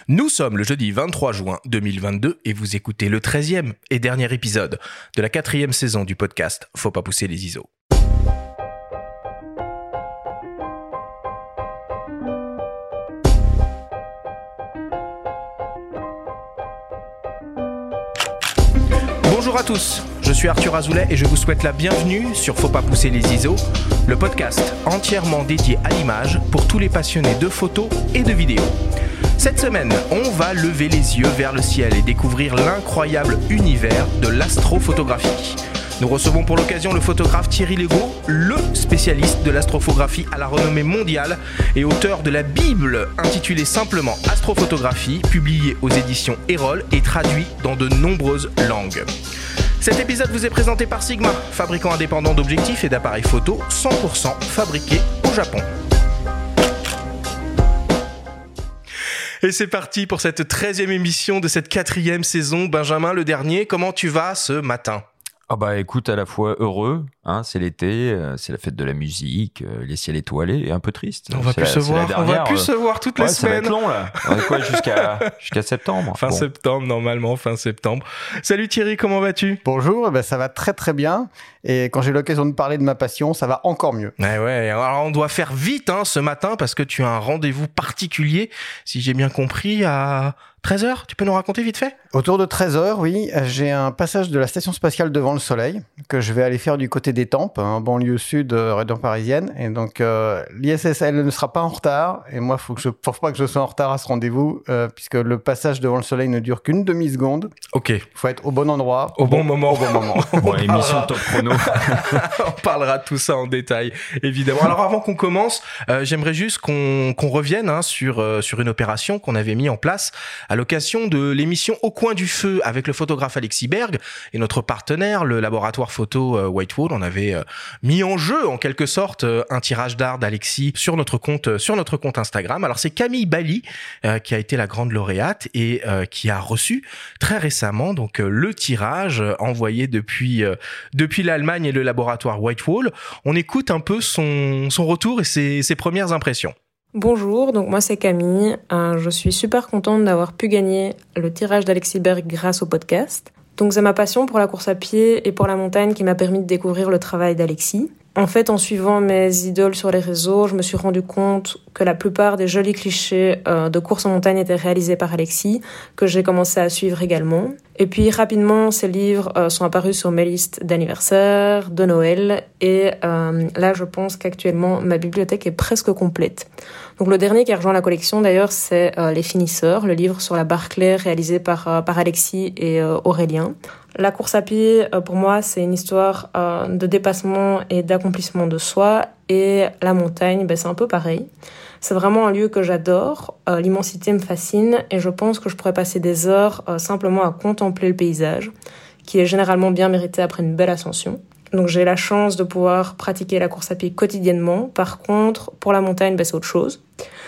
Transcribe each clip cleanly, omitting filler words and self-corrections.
Nous sommes le jeudi 23 juin 2022 et vous écoutez le 13e et dernier épisode de la 4e saison du podcast Faut pas pousser les ISO. Bonjour à tous, je suis Arthur Azoulay et je vous souhaite la bienvenue sur Faut pas pousser les ISO, le podcast entièrement dédié à l'image pour tous les passionnés de photos et de vidéos. Cette semaine, on va lever les yeux vers le ciel et découvrir l'incroyable univers de l'astrophotographie. Nous recevons pour l'occasion le photographe Thierry Legault, le spécialiste de l'astrophotographie à la renommée mondiale et auteur de la Bible intitulée simplement Astrophotographie, publiée aux éditions Erol et traduit dans de nombreuses langues. Cet épisode vous est présenté par Sigma, fabricant indépendant d'objectifs et d'appareils photo 100% fabriqués au Japon. Et c'est parti pour cette 13e émission de cette 4e saison. Benjamin, le dernier, comment tu vas ce matin ? Ah bah écoute, à la fois heureux, hein, c'est l'été, c'est la fête de la musique, les ciels étoilés et un peu triste. On va plus se voir toutes les semaines. Ça va être long là. On est quoi jusqu'à septembre. Fin septembre normalement, fin septembre. Salut Thierry, comment vas-tu ? Bonjour, ça va très très bien. Et quand j'ai l'occasion de parler de ma passion, ça va encore mieux. Ouais. Alors on doit faire vite ce matin parce que tu as un rendez-vous particulier, si j'ai bien compris, à 13h. Tu peux nous raconter vite fait ? Autour de 13h, oui. J'ai un passage de la station spatiale devant le Soleil que je vais aller faire du côté d'Étampes, en banlieue sud, région parisienne. Et donc l'ISSL ne sera pas en retard. Et moi, faut pas que je sois en retard à ce rendez-vous puisque le passage devant le Soleil ne dure qu'une demi-seconde. Ok. Il faut être au bon endroit. Au bon moment. Bon, émission top chrono. On parlera de tout ça en détail, évidemment. Alors avant qu'on commence, j'aimerais juste qu'on revienne sur une opération qu'on avait mis en place à l'occasion de l'émission Au coin du feu avec le photographe Alexis Berg et notre partenaire, le laboratoire photo Whitewall. On avait mis en jeu, en quelque sorte, un tirage d'art d'Alexis sur notre compte Instagram. Alors c'est Camille Bali qui a été la grande lauréate et qui a reçu très récemment donc le tirage envoyé depuis l'Allemagne et le laboratoire Whitewall. On écoute un peu son retour et ses premières impressions. Bonjour, donc moi c'est Camille. Je suis super contente d'avoir pu gagner le tirage d'Alexis Berg grâce au podcast. Donc c'est ma passion pour la course à pied et pour la montagne qui m'a permis de découvrir le travail d'Alexis. En fait, en suivant mes idoles sur les réseaux, je me suis rendu compte que la plupart des jolis clichés de course en montagne étaient réalisés par Alexis, que j'ai commencé à suivre également. Et puis rapidement, ces livres sont apparus sur mes listes d'anniversaire, de Noël, et là je pense qu'actuellement ma bibliothèque est presque complète. Donc le dernier qui a rejoint la collection d'ailleurs, c'est Les Finisseurs, le livre sur la Barclay réalisé par Alexis et Aurélien. La course à pied, pour moi, c'est une histoire de dépassement et d'accomplissement de soi. Et la montagne, c'est un peu pareil. C'est vraiment un lieu que j'adore. L'immensité me fascine et je pense que je pourrais passer des heures simplement à contempler le paysage, qui est généralement bien mérité après une belle ascension. Donc j'ai la chance de pouvoir pratiquer la course à pied quotidiennement. Par contre, pour la montagne, c'est autre chose.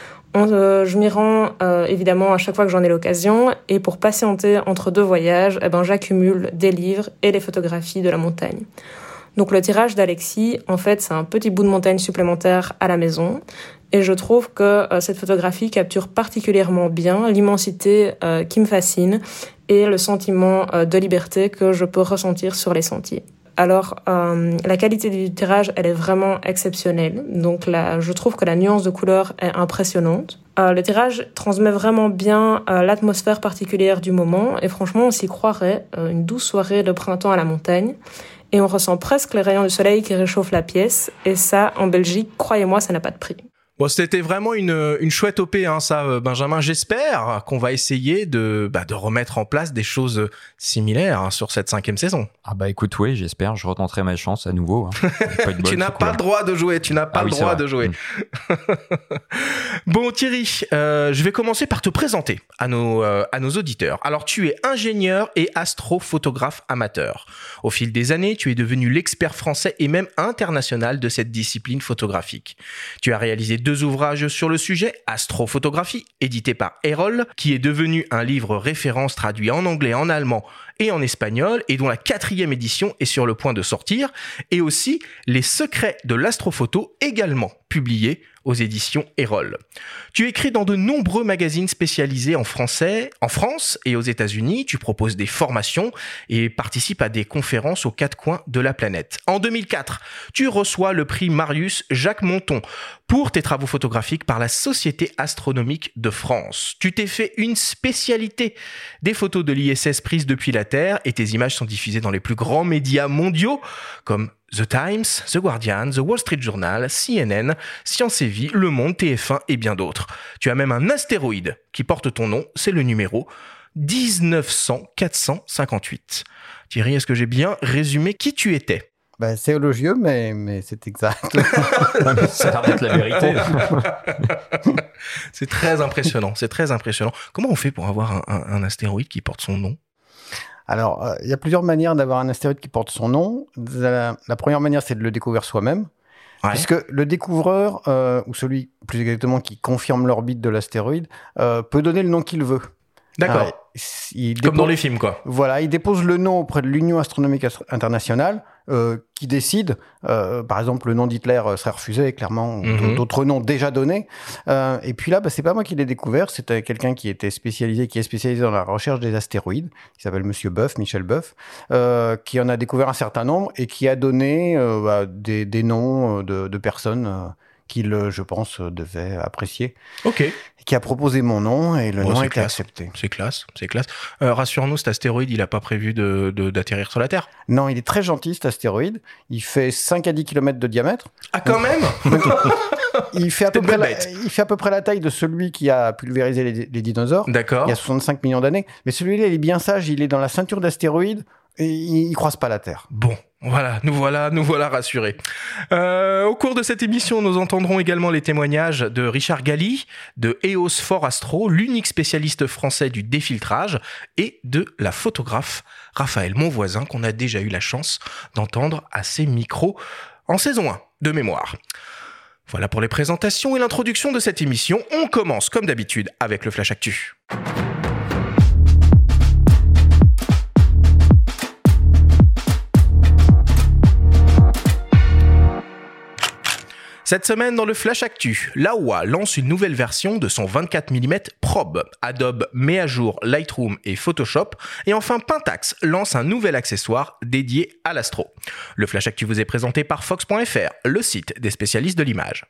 Je m'y rends évidemment à chaque fois que j'en ai l'occasion et pour patienter entre deux voyages, j'accumule des livres et des photographies de la montagne. Donc le tirage d'Alexis, en fait, c'est un petit bout de montagne supplémentaire à la maison et je trouve que cette photographie capture particulièrement bien l'immensité qui me fascine et le sentiment de liberté que je peux ressentir sur les sentiers. Alors, la qualité du tirage, elle est vraiment exceptionnelle. Donc là, je trouve que la nuance de couleur est impressionnante. Le tirage transmet vraiment bien l'atmosphère particulière du moment. Et franchement, on s'y croirait, une douce soirée de printemps à la montagne. Et on ressent presque les rayons du soleil qui réchauffent la pièce. Et ça, en Belgique, croyez-moi, ça n'a pas de prix. Bon, c'était vraiment une chouette OP, ça, Benjamin. J'espère qu'on va essayer de remettre en place des choses similaires sur cette 5e saison. Ah bah écoute, oui, j'espère. Je retenterai ma chance à nouveau. Tu n'as pas le droit de jouer. Bon, Thierry, je vais commencer par te présenter à nos auditeurs. Alors, tu es ingénieur et astrophotographe amateur. Au fil des années, tu es devenu l'expert français et même international de cette discipline photographique. Tu as réalisé 2 ouvrages sur le sujet, Astrophotographie, édité par Erol, qui est devenu un livre référence traduit en anglais, en allemand et en espagnol, et dont la 4e édition est sur le point de sortir, et aussi Les secrets de l'astrophoto, également publié aux éditions Erol. Tu écris dans de nombreux magazines spécialisés en français, en France et aux États-Unis. Tu proposes des formations et participes à des conférences aux quatre coins de la planète. En 2004, tu reçois le prix Marius Jacques Monton pour tes travaux photographiques par la Société astronomique de France. Tu t'es fait une spécialité des photos de l'ISS prises depuis la Terre et tes images sont diffusées dans les plus grands médias mondiaux comme The Times, The Guardian, The Wall Street Journal, CNN, Science et Vie, Le Monde, TF1 et bien d'autres. Tu as même un astéroïde qui porte ton nom, c'est le numéro 19458. Thierry, est-ce que j'ai bien résumé qui tu étais ? C'est élogieux, mais c'est exact. Ça a l'air d'être la vérité. C'est très impressionnant, c'est très impressionnant. Comment on fait pour avoir un astéroïde qui porte son nom ? Alors, il y a plusieurs manières d'avoir un astéroïde qui porte son nom. La première manière, c'est de le découvrir soi-même. Ouais. Puisque le découvreur, ou celui plus exactement qui confirme l'orbite de l'astéroïde, peut donner le nom qu'il veut. D'accord. Comme dans les films, quoi. Voilà, il dépose le nom auprès de l'Union astronomique internationale, qui décide, par exemple, le nom d'Hitler serait refusé, clairement, d'autres noms déjà donnés. Et puis là, c'est pas moi qui l'ai découvert, c'est quelqu'un qui est spécialisé dans la recherche des astéroïdes, qui s'appelle Michel Boeuf, qui en a découvert un certain nombre et qui a donné des noms de personnes qu'il, je pense, devait apprécier. Ok. Qui a proposé mon nom et le nom a été accepté. C'est classe. Rassure-nous, cet astéroïde, il n'a pas prévu d'atterrir sur la Terre ? Non, il est très gentil, cet astéroïde. Il fait 5 à 10 km de diamètre. Ah, quand même. Il fait à peu près la taille de celui qui a pulvérisé les dinosaures. D'accord. Il y a 65 millions d'années. Mais celui-là, il est bien sage. Il est dans la ceinture d'astéroïdes et il ne croise pas la Terre. Bon. Voilà, nous voilà rassurés. Au cours de cette émission, nous entendrons également les témoignages de Richard Galli, de EOS For Astro, l'unique spécialiste français du défiltrage, et de la photographe Raphaël Monvoisin, qu'on a déjà eu la chance d'entendre à ses micros en saison 1 de mémoire. Voilà pour les présentations et l'introduction de cette émission. On commence comme d'habitude avec le Flash Actu. Cette semaine, dans le Flash Actu, Laowa lance une nouvelle version de son 24 mm Probe. Adobe met à jour Lightroom et Photoshop. Et enfin, Pentax lance un nouvel accessoire dédié à l'astro. Le Flash Actu vous est présenté par Fox.fr, le site des spécialistes de l'image.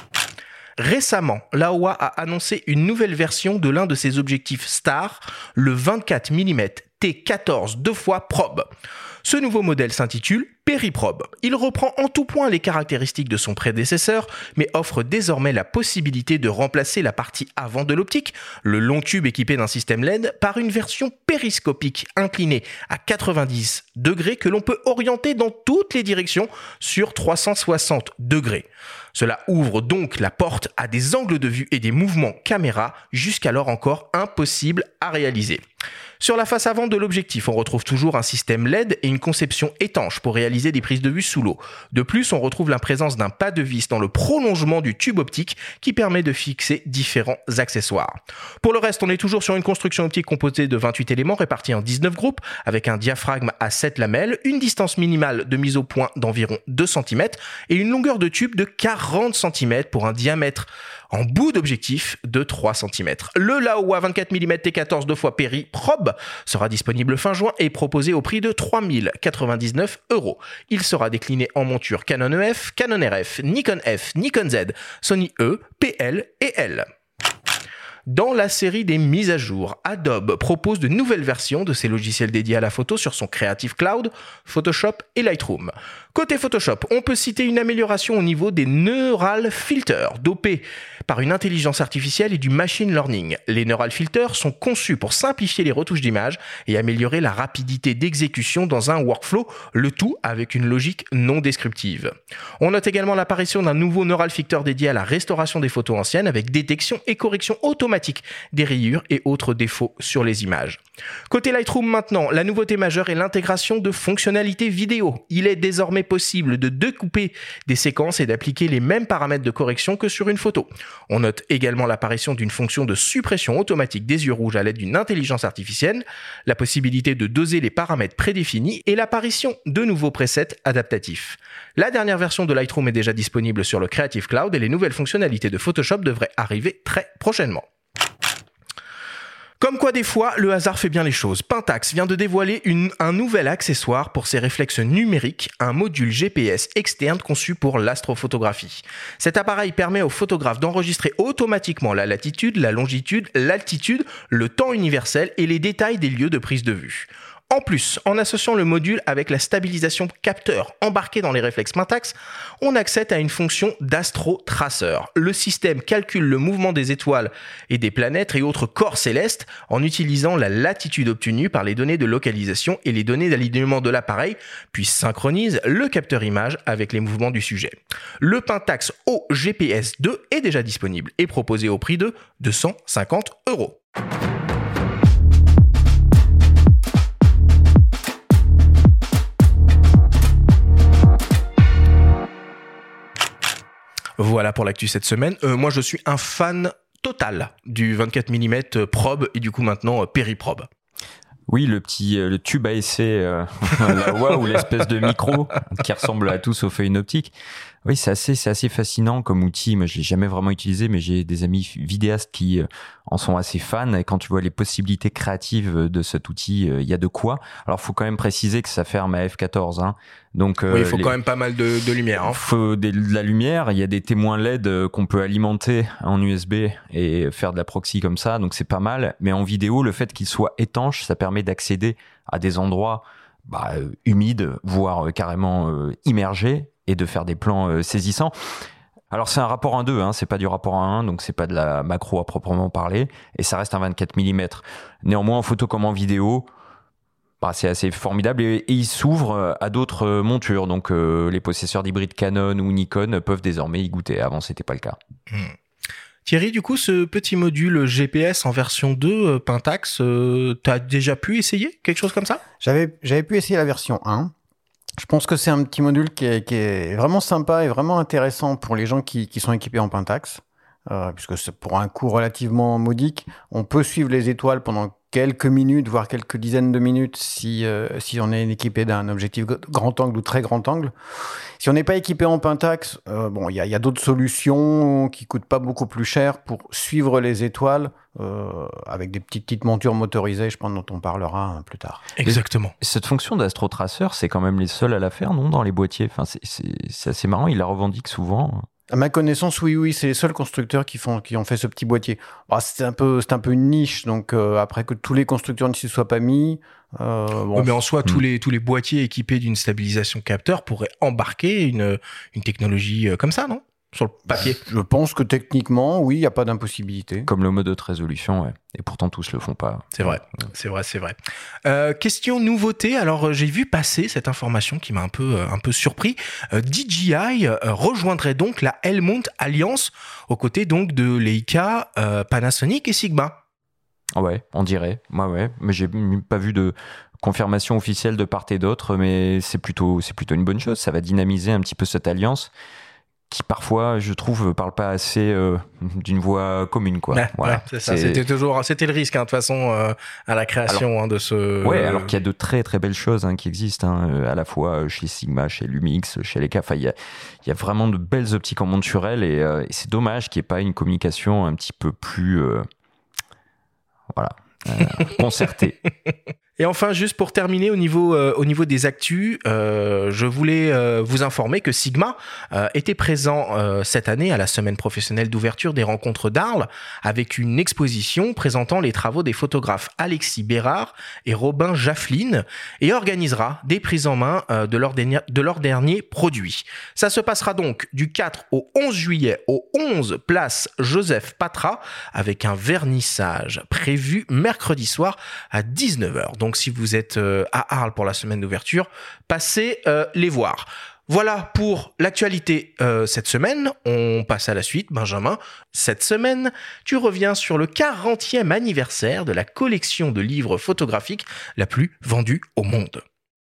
Récemment, Laowa a annoncé une nouvelle version de l'un de ses objectifs stars, le 24 mm T14 2x Probe. Ce nouveau modèle s'intitule Périprobe. Il reprend en tout point les caractéristiques de son prédécesseur, mais offre désormais la possibilité de remplacer la partie avant de l'optique, le long tube équipé d'un système LED, par une version périscopique inclinée à 90 degrés que l'on peut orienter dans toutes les directions sur 360 degrés. Cela ouvre donc la porte à des angles de vue et des mouvements caméra jusqu'alors encore impossibles à réaliser. Sur la face avant de l'objectif, on retrouve toujours un système LED et une conception étanche pour réaliser des prises de vue sous l'eau. De plus, on retrouve la présence d'un pas de vis dans le prolongement du tube optique qui permet de fixer différents accessoires. Pour le reste, on est toujours sur une construction optique composée de 28 éléments répartis en 19 groupes avec un diaphragme à 7 lamelles, une distance minimale de mise au point d'environ 2 cm et une longueur de tube de 40 cm pour un diamètre en bout d'objectif de 3 cm. Le Laowa 24 mm T14 2x Péri Probe sera disponible fin juin et proposé au prix de 3 099 €. Il sera décliné en monture Canon EF, Canon RF, Nikon F, Nikon Z, Sony E, PL et L. Dans la série des mises à jour, Adobe propose de nouvelles versions de ses logiciels dédiés à la photo sur son Creative Cloud, Photoshop et Lightroom. Côté Photoshop, on peut citer une amélioration au niveau des Neural Filters, dopés par une intelligence artificielle et du machine learning. Les Neural Filters sont conçus pour simplifier les retouches d'images et améliorer la rapidité d'exécution dans un workflow, le tout avec une logique non descriptive. On note également l'apparition d'un nouveau Neural Filter dédié à la restauration des photos anciennes avec détection et correction automatique automatique des rayures et autres défauts sur les images. Côté Lightroom maintenant, la nouveauté majeure est l'intégration de fonctionnalités vidéo. Il est désormais possible de découper des séquences et d'appliquer les mêmes paramètres de correction que sur une photo. On note également l'apparition d'une fonction de suppression automatique des yeux rouges à l'aide d'une intelligence artificielle, la possibilité de doser les paramètres prédéfinis et l'apparition de nouveaux presets adaptatifs. La dernière version de Lightroom est déjà disponible sur le Creative Cloud et les nouvelles fonctionnalités de Photoshop devraient arriver très prochainement. Comme quoi des fois, le hasard fait bien les choses. Pentax vient de dévoiler un nouvel accessoire pour ses réflexes numériques, un module GPS externe conçu pour l'astrophotographie. Cet appareil permet aux photographes d'enregistrer automatiquement la latitude, la longitude, l'altitude, le temps universel et les détails des lieux de prise de vue. En plus, en associant le module avec la stabilisation capteur embarquée dans les réflexes Pentax, on accède à une fonction d'astro-traceur. Le système calcule le mouvement des étoiles et des planètes et autres corps célestes en utilisant la latitude obtenue par les données de localisation et les données d'alignement de l'appareil, puis synchronise le capteur image avec les mouvements du sujet. Le Pentax OGPS 2 est déjà disponible et proposé au prix de 250 €. Voilà pour l'actu cette semaine. Moi, je suis un fan total du 24 mm probe et du coup maintenant périprobe. Oui, le tube à essai, la WA ou l'espèce de micro qui ressemble à tout sauf à une optique. Oui, c'est assez fascinant comme outil. Moi, je l'ai jamais vraiment utilisé, mais j'ai des amis vidéastes qui en sont assez fans. Et quand tu vois les possibilités créatives de cet outil, il y a de quoi. Alors, faut quand même préciser que ça ferme à f14, hein. Donc, oui, il faut quand même pas mal de lumière, hein. Faut de la lumière. Il y a des témoins LED qu'on peut alimenter en USB et faire de la proxy comme ça. Donc, c'est pas mal. Mais en vidéo, le fait qu'il soit étanche, ça permet d'accéder à des endroits, humides, voire carrément immergés, et de faire des plans saisissants. Alors c'est un rapport 1.2, hein, c'est pas du rapport 1.1, donc c'est pas de la macro à proprement parler, et ça reste un 24 mm. Néanmoins, en photo comme en vidéo, c'est assez formidable, et il s'ouvre à d'autres montures, donc les possesseurs d'hybrides Canon ou Nikon peuvent désormais y goûter. Avant, c'était pas le cas. Thierry, du coup, ce petit module GPS en version 2 Pentax, t'as déjà pu essayer quelque chose comme ça ? J'avais pu essayer la version 1. Je pense que c'est un petit module qui est vraiment sympa et vraiment intéressant pour les gens qui sont équipés en Pentax, puisque c'est pour un coût relativement modique. On peut suivre les étoiles pendant quelques minutes, voire quelques dizaines de minutes si on est équipé d'un objectif grand angle ou très grand angle. Si on n'est pas équipé en Pentax, il y a d'autres solutions qui coûtent pas beaucoup plus cher pour suivre les étoiles avec des petites montures motorisées, je pense, dont on parlera plus tard. Exactement. Et cette fonction d'astrotraceur, c'est quand même les seuls à la faire, non, dans les boîtiers. Enfin, c'est assez marrant, ils la revendiquent souvent. À ma connaissance, oui, c'est les seuls constructeurs qui ont fait ce petit boîtier. C'est un peu une niche, donc après que tous les constructeurs ne s'y soient pas mis. Mais en soi, tous les boîtiers équipés d'une stabilisation capteur pourraient embarquer une technologie comme ça, non ? Sur le papier. Je pense que techniquement, oui, il n'y a pas d'impossibilité. Comme le mode haute résolution, ouais. Et pourtant, tous le font pas. C'est vrai. Question nouveauté. Alors, j'ai vu passer cette information qui m'a un peu surpris. DJI rejoindrait donc la Helmut Alliance aux côtés donc de Leica, Panasonic et Sigma. Ouais, on dirait. Ouais. Mais j'ai pas vu de confirmation officielle de part et d'autre, mais c'est plutôt une bonne chose. Ça va dynamiser un petit peu cette alliance, qui parfois, je trouve, parle pas assez d'une voix commune, quoi. Voilà. C'est ça. C'était le risque, hein, de toute façon, à la création de ce. Ouais, alors qu'il y a de très très belles choses qui existent, à la fois chez Sigma, chez Lumix, chez Leica. Enfin, il y a vraiment de belles optiques en monturelle et c'est dommage qu'il n'y ait pas une communication un petit peu plus, concertée. Et enfin, juste pour terminer au niveau des actus, je voulais vous informer que Sigma était présent cette année à la semaine professionnelle d'ouverture des rencontres d'Arles avec une exposition présentant les travaux des photographes Alexis Bérard et Robin Jafflin et organisera des prises en main de leurs derniers produits. Ça se passera donc du 4 au 11 juillet au 11 place Joseph Patra avec un vernissage prévu mercredi soir à 19h. Donc si vous êtes à Arles pour la semaine d'ouverture, passez les voir. Voilà pour l'actualité cette semaine. On passe à la suite, Benjamin. Cette semaine, tu reviens sur le 40e anniversaire de la collection de livres photographiques la plus vendue au monde.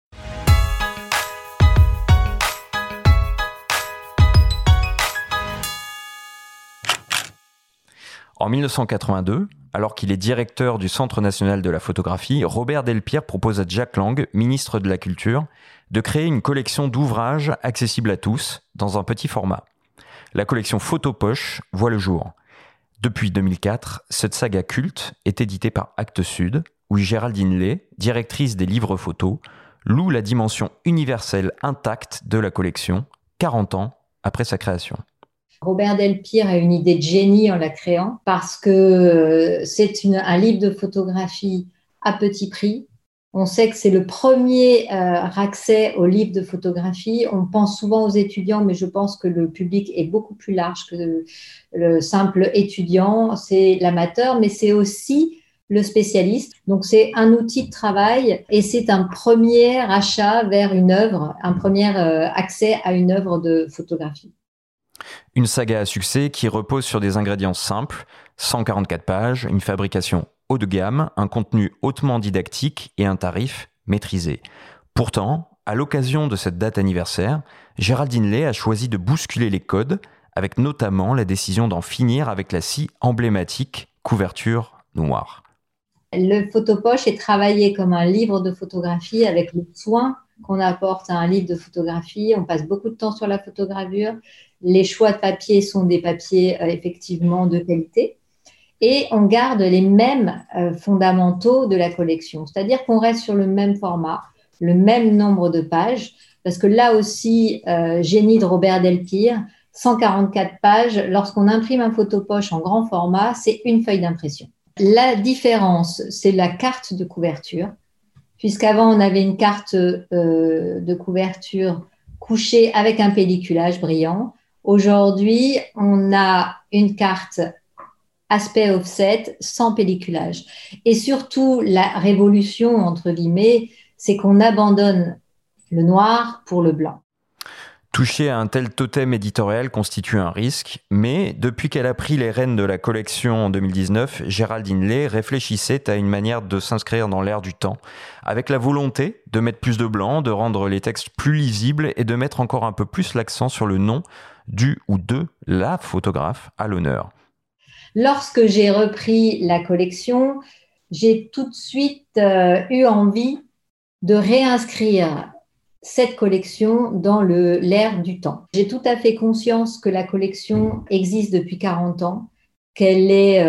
En 1982, alors qu'il est directeur du Centre national de la photographie, Robert Delpire propose à Jack Lang, ministre de la Culture, de créer une collection d'ouvrages accessibles à tous, dans un petit format. La collection Photopoche voit le jour. Depuis 2004, cette saga culte est éditée par Actes Sud, où Géraldine Lay, directrice des livres photos, loue la dimension universelle intacte de la collection, 40 ans après sa création. Robert Delpire a une idée de génie en la créant parce que c'est un livre de photographie à petit prix. On sait que c'est le premier accès aux livres de photographie. On pense souvent aux étudiants, mais je pense que le public est beaucoup plus large que le simple étudiant. C'est l'amateur, mais c'est aussi le spécialiste. Donc, c'est un outil de travail et c'est un premier achat vers une œuvre, un premier accès à une œuvre de photographie. Une saga à succès qui repose sur des ingrédients simples, 144 pages, une fabrication haut de gamme, un contenu hautement didactique et un tarif maîtrisé. Pourtant, à l'occasion de cette date anniversaire, Géraldine Lay a choisi de bousculer les codes, avec notamment la décision d'en finir avec la si emblématique couverture noire. Le Photopoche est travaillé comme un livre de photographie avec le soin qu'on apporte à un livre de photographie. On passe beaucoup de temps sur la photogravure. Les choix de papier sont des papiers effectivement de qualité. Et on garde les mêmes fondamentaux de la collection. C'est-à-dire qu'on reste sur le même format, le même nombre de pages. Parce que là aussi, génie de Robert Delpire, 144 pages. Lorsqu'on imprime un Photopoche en grand format, c'est une feuille d'impression. La différence, c'est la carte de couverture. Puisqu'avant, on avait une carte de couverture couchée avec un pelliculage brillant. Aujourd'hui, on a une carte aspect offset sans pelliculage. Et surtout, la révolution, entre guillemets, c'est qu'on abandonne le noir pour le blanc. Toucher à un tel totem éditorial constitue un risque, mais depuis qu'elle a pris les rênes de la collection en 2019, Géraldine Lay réfléchissait à une manière de s'inscrire dans l'air du temps, avec la volonté de mettre plus de blanc, de rendre les textes plus lisibles et de mettre encore un peu plus l'accent sur le nom du ou de la photographe à l'honneur. Lorsque j'ai repris la collection, j'ai tout de suite eu envie de réinscrire cette collection dans l'ère du temps. J'ai tout à fait conscience que la collection existe depuis 40 ans, qu'elle est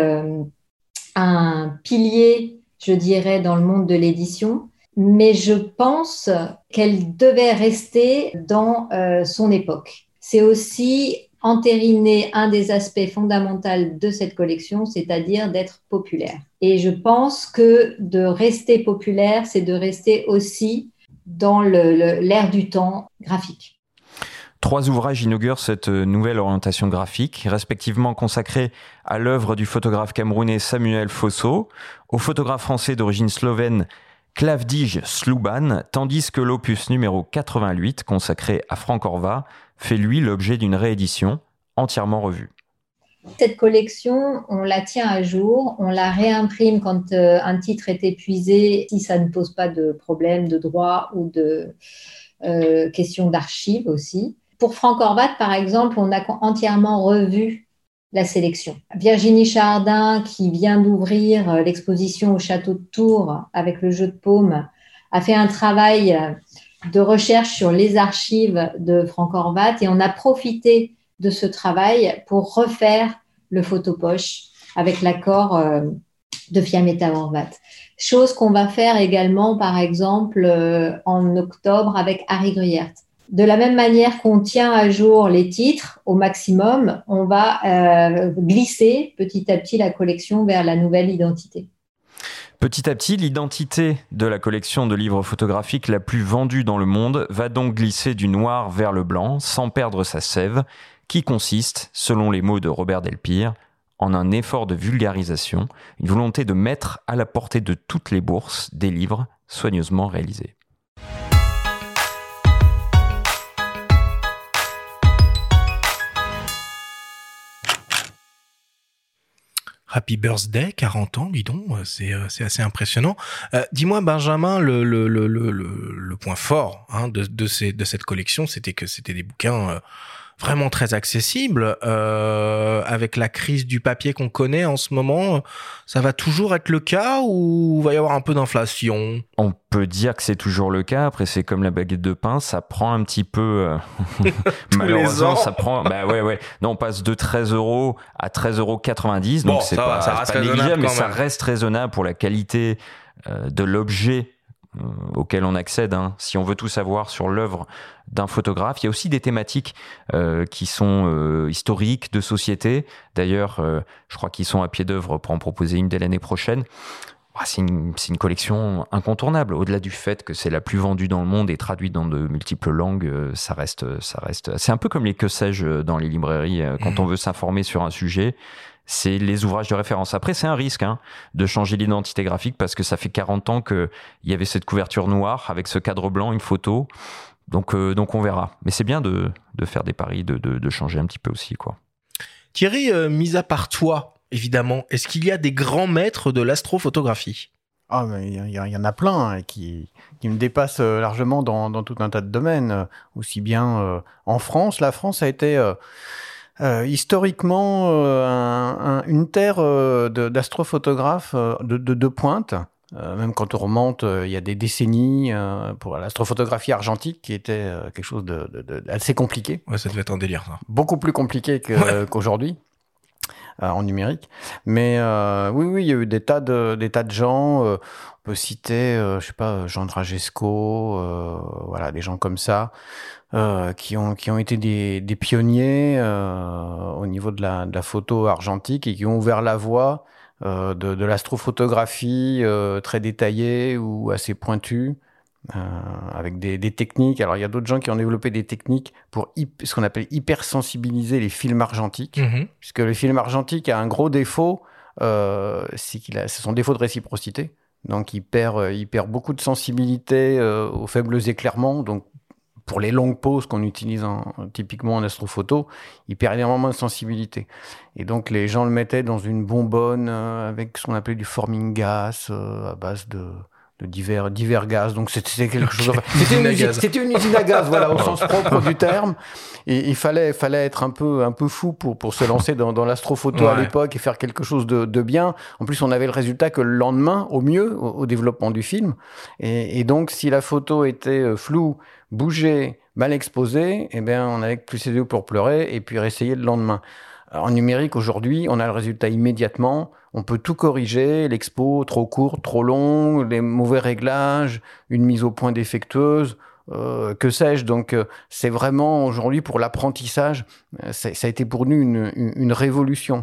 un pilier, je dirais, dans le monde de l'édition, mais je pense qu'elle devait rester dans son époque. C'est aussi entériner un des aspects fondamentaux de cette collection, c'est-à-dire d'être populaire. Et je pense que de rester populaire, c'est de rester aussi dans l'ère du temps graphique. 3 ouvrages inaugurent cette nouvelle orientation graphique, respectivement consacrés à l'œuvre du photographe camerounais Samuel Fosso, au photographe français d'origine slovène Klavdij Sluban, tandis que l'opus numéro 88, consacré à Frank Horvat, fait lui l'objet d'une réédition entièrement revue. Cette collection, on la tient à jour, on la réimprime quand un titre est épuisé, si ça ne pose pas de problème de droit ou de questions d'archives aussi. Pour Frank Horvat, par exemple, on a entièrement revu la sélection. Virginie Chardin, qui vient d'ouvrir l'exposition au château de Tours avec le jeu de paume, a fait un travail de recherche sur les archives de Frank Horvat et on a profité de ce travail pour refaire le Photopoche avec l'accord de Fiammetta Horvat. Chose qu'on va faire également, par exemple, en octobre avec Harry Gruyert. De la même manière qu'on tient à jour les titres au maximum, on va glisser petit à petit la collection vers la nouvelle identité. Petit à petit, l'identité de la collection de livres photographiques la plus vendue dans le monde va donc glisser du noir vers le blanc, sans perdre sa sève, qui consiste, selon les mots de Robert Delpire, en un effort de vulgarisation, une volonté de mettre à la portée de toutes les bourses des livres soigneusement réalisés. Happy birthday, 40 ans, dis donc, c'est assez impressionnant. Dis-moi, Benjamin, le point fort de cette collection, c'était que c'était des bouquins vraiment très accessibles. Avec la crise du papier qu'on connaît en ce moment, ça va toujours être le cas ou va y avoir un peu d'inflation ? On peut dire que c'est toujours le cas. Après, c'est comme la baguette de pain, ça prend un petit peu. Malheureusement, ça prend. Bah ouais. Non, on passe de 13 € à 13,90 €. Donc c'est pas négligeable, mais ça reste raisonnable pour la qualité de l'objet auquel on accède. Si on veut tout savoir sur l'œuvre d'un photographe, il y a aussi des thématiques qui sont historiques, de société. D'ailleurs, je crois qu'ils sont à pied d'œuvre pour en proposer une dès l'année prochaine. C'est une collection incontournable. Au-delà du fait que c'est la plus vendue dans le monde et traduite dans de multiples langues, ça reste. C'est un peu comme les que sais-je dans les librairies quand on veut s'informer sur un sujet. C'est les ouvrages de référence. Après, c'est un risque de changer l'identité graphique parce que ça fait 40 ans qu'il y avait cette couverture noire avec ce cadre blanc, une photo. Donc on verra. Mais c'est bien de faire des paris, de changer un petit peu aussi, quoi. Thierry, mis à part toi, évidemment, est-ce qu'il y a des grands maîtres de l'astrophotographie ? Il y en a plein qui me dépassent largement dans tout un tas de domaines. Aussi bien en France. La France a été historiquement une terre d'astrophotographes de pointe. Même quand on remonte, il y a des décennies pour l'astrophotographie argentique qui était quelque chose d'assez compliqué. Ouais, ça devait être un délire, ça. Beaucoup plus compliqué qu'aujourd'hui. En numérique, mais oui, il y a eu des tas de gens. On peut citer, Jean Dragesco, voilà, des gens comme ça qui ont été des pionniers au niveau de la photo argentique et qui ont ouvert la voie de l'astrophotographie très détaillée ou assez pointue. Avec des techniques. Alors, il y a d'autres gens qui ont développé des techniques pour ce qu'on appelle hypersensibiliser les films argentiques, puisque le film argentique a un gros défaut, c'est son défaut de réciprocité. Donc, il perd beaucoup de sensibilité aux faibles éclairements. Donc, pour les longues poses qu'on utilise typiquement en astrophoto, il perd énormément de sensibilité. Et donc, les gens le mettaient dans une bonbonne avec ce qu'on appelait du forming gas à base de divers gaz. Donc c'était quelque chose. C'était une usine à gaz, voilà, au sens propre du terme. Et il fallait être un peu fou pour se lancer dans l'astrophoto à l'époque et faire quelque chose de bien. En plus, on avait le résultat que le lendemain, au mieux, au développement du film. Et donc, si la photo était floue, bougeait, mal exposée, eh bien, on avait plus ses yeux pour pleurer et puis réessayer le lendemain. En numérique, aujourd'hui, on a le résultat immédiatement. On peut tout corriger, l'expo trop courte, trop longue, les mauvais réglages, une mise au point défectueuse, que sais-je. Donc, c'est vraiment, aujourd'hui, pour l'apprentissage, ça a été pour nous une révolution.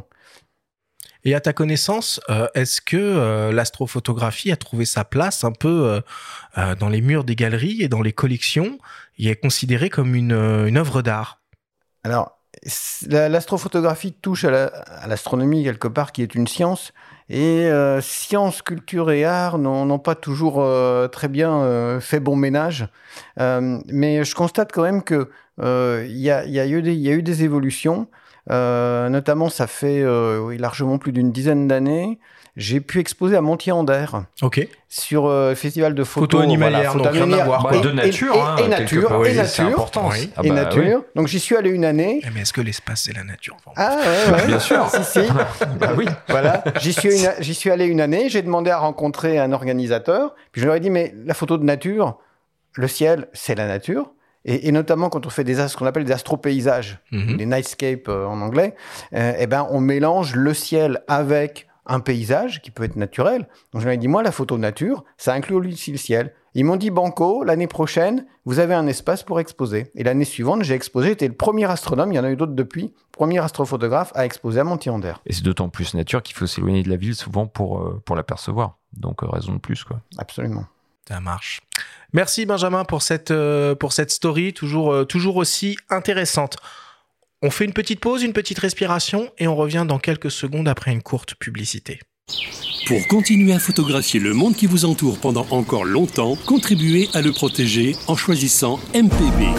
Et à ta connaissance, est-ce que l'astrophotographie a trouvé sa place un peu dans les murs des galeries et dans les collections et est considérée comme une œuvre d'art ? Alors, l'astrophotographie touche à l'astronomie quelque part, qui est une science, et science, culture et art n'ont pas toujours très bien fait bon ménage. Mais je constate quand même que il y a eu des évolutions. Notamment, ça fait largement plus d'une dizaine d'années. J'ai pu exposer à Monttier-en-Der sur le festival de photo animalière, donc rien à voir. De nature, et nature, c'est important. Oui. Et nature. Donc j'y suis allé une année. Mais est-ce que l'espace c'est la nature ? Ouais. Bien sûr. Si. Oui. Voilà. J'y suis allé une année. J'ai demandé à rencontrer un organisateur. Puis je leur ai dit, mais la photo de nature, le ciel, c'est la nature. Et notamment quand on fait ce qu'on appelle des astropaysages, des nightscapes en anglais, on mélange le ciel avec un paysage qui peut être naturel. Donc je leur ai dit, moi, la photo nature, ça inclut aussi le ciel. Ils m'ont dit, banco, l'année prochaine, vous avez un espace pour exposer. Et l'année suivante, j'ai exposé, j'étais le premier astronome, il y en a eu d'autres depuis, premier astrophotographe à exposer à Monttier-en-Der. Et c'est d'autant plus nature qu'il faut s'éloigner de la ville souvent pour l'apercevoir. Donc raison de plus, quoi. Absolument. Ça marche. Merci Benjamin pour cette story toujours aussi intéressante. On fait une petite pause, une petite respiration et on revient dans quelques secondes après une courte publicité. Pour continuer à photographier le monde qui vous entoure pendant encore longtemps, contribuez à le protéger en choisissant MPB.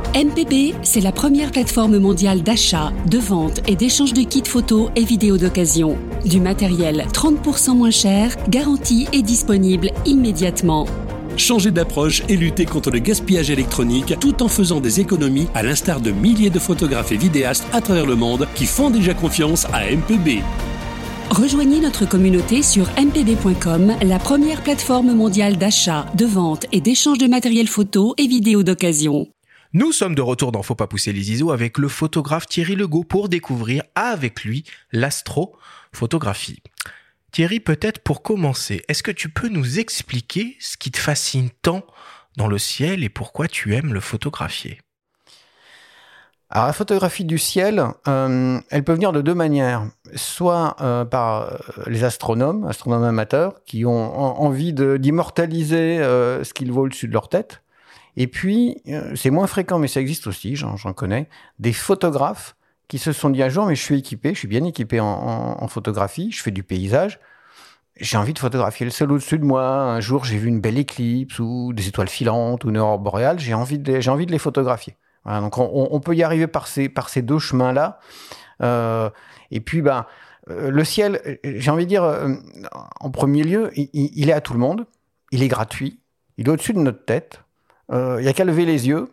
MPB, c'est la première plateforme mondiale d'achat, de vente et d'échange de kits photos et vidéos d'occasion. Du matériel 30% moins cher, garanti et disponible immédiatement. Changer d'approche et lutter contre le gaspillage électronique tout en faisant des économies à l'instar de milliers de photographes et vidéastes à travers le monde qui font déjà confiance à MPB. Rejoignez notre communauté sur mpb.com, la première plateforme mondiale d'achat, de vente et d'échange de matériel photo et vidéo d'occasion. Nous sommes de retour dans Faut pas pousser les ISO avec le photographe Thierry Legault pour découvrir avec lui l'astrophotographie. Thierry, peut-être pour commencer, est-ce que tu peux nous expliquer ce qui te fascine tant dans le ciel et pourquoi tu aimes le photographier ? Alors, la photographie du ciel, elle peut venir de deux manières. Soit par les astronomes amateurs, qui ont envie d'immortaliser ce qu'ils voient au-dessus de leur tête. Et puis, c'est moins fréquent, mais ça existe aussi, j'en connais, des photographes qui se sont dit un jour, mais je suis bien équipé en photographie, je fais du paysage, j'ai envie de photographier le ciel au-dessus de moi. Un jour, j'ai vu une belle éclipse ou des étoiles filantes ou une aurore boréale, j'ai envie de les photographier. Voilà, donc on peut y arriver par ces deux chemins-là. Et puis, le ciel, j'ai envie de dire, en premier lieu, il est à tout le monde, il est gratuit, il est au-dessus de notre tête, il n'y a qu'à lever les yeux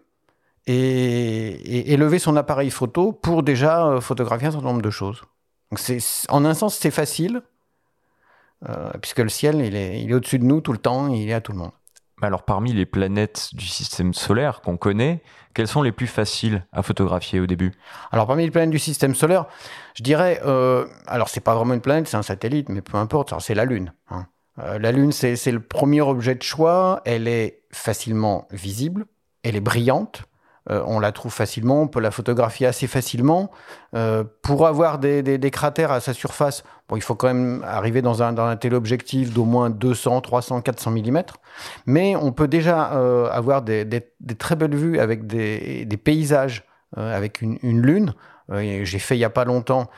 et lever son appareil photo pour déjà photographier un certain nombre de choses. Donc en un sens, c'est facile, puisque le ciel, il est au-dessus de nous tout le temps, il est à tout le monde. Alors, parmi les planètes du système solaire qu'on connaît, quelles sont les plus faciles à photographier au début ? Alors, parmi les planètes du système solaire, je dirais... alors, c'est pas vraiment une planète, c'est un satellite, mais peu importe, c'est la Lune. La Lune, c'est le premier objet de choix. Elle est facilement visible, elle est brillante. On la trouve facilement, on peut la photographier assez facilement. Pour avoir des cratères à sa surface, il faut quand même arriver dans un téléobjectif d'au moins 200, 300, 400 mm. Mais on peut déjà avoir des très belles vues avec des paysages, avec une lune. J'ai fait il n'y a pas longtemps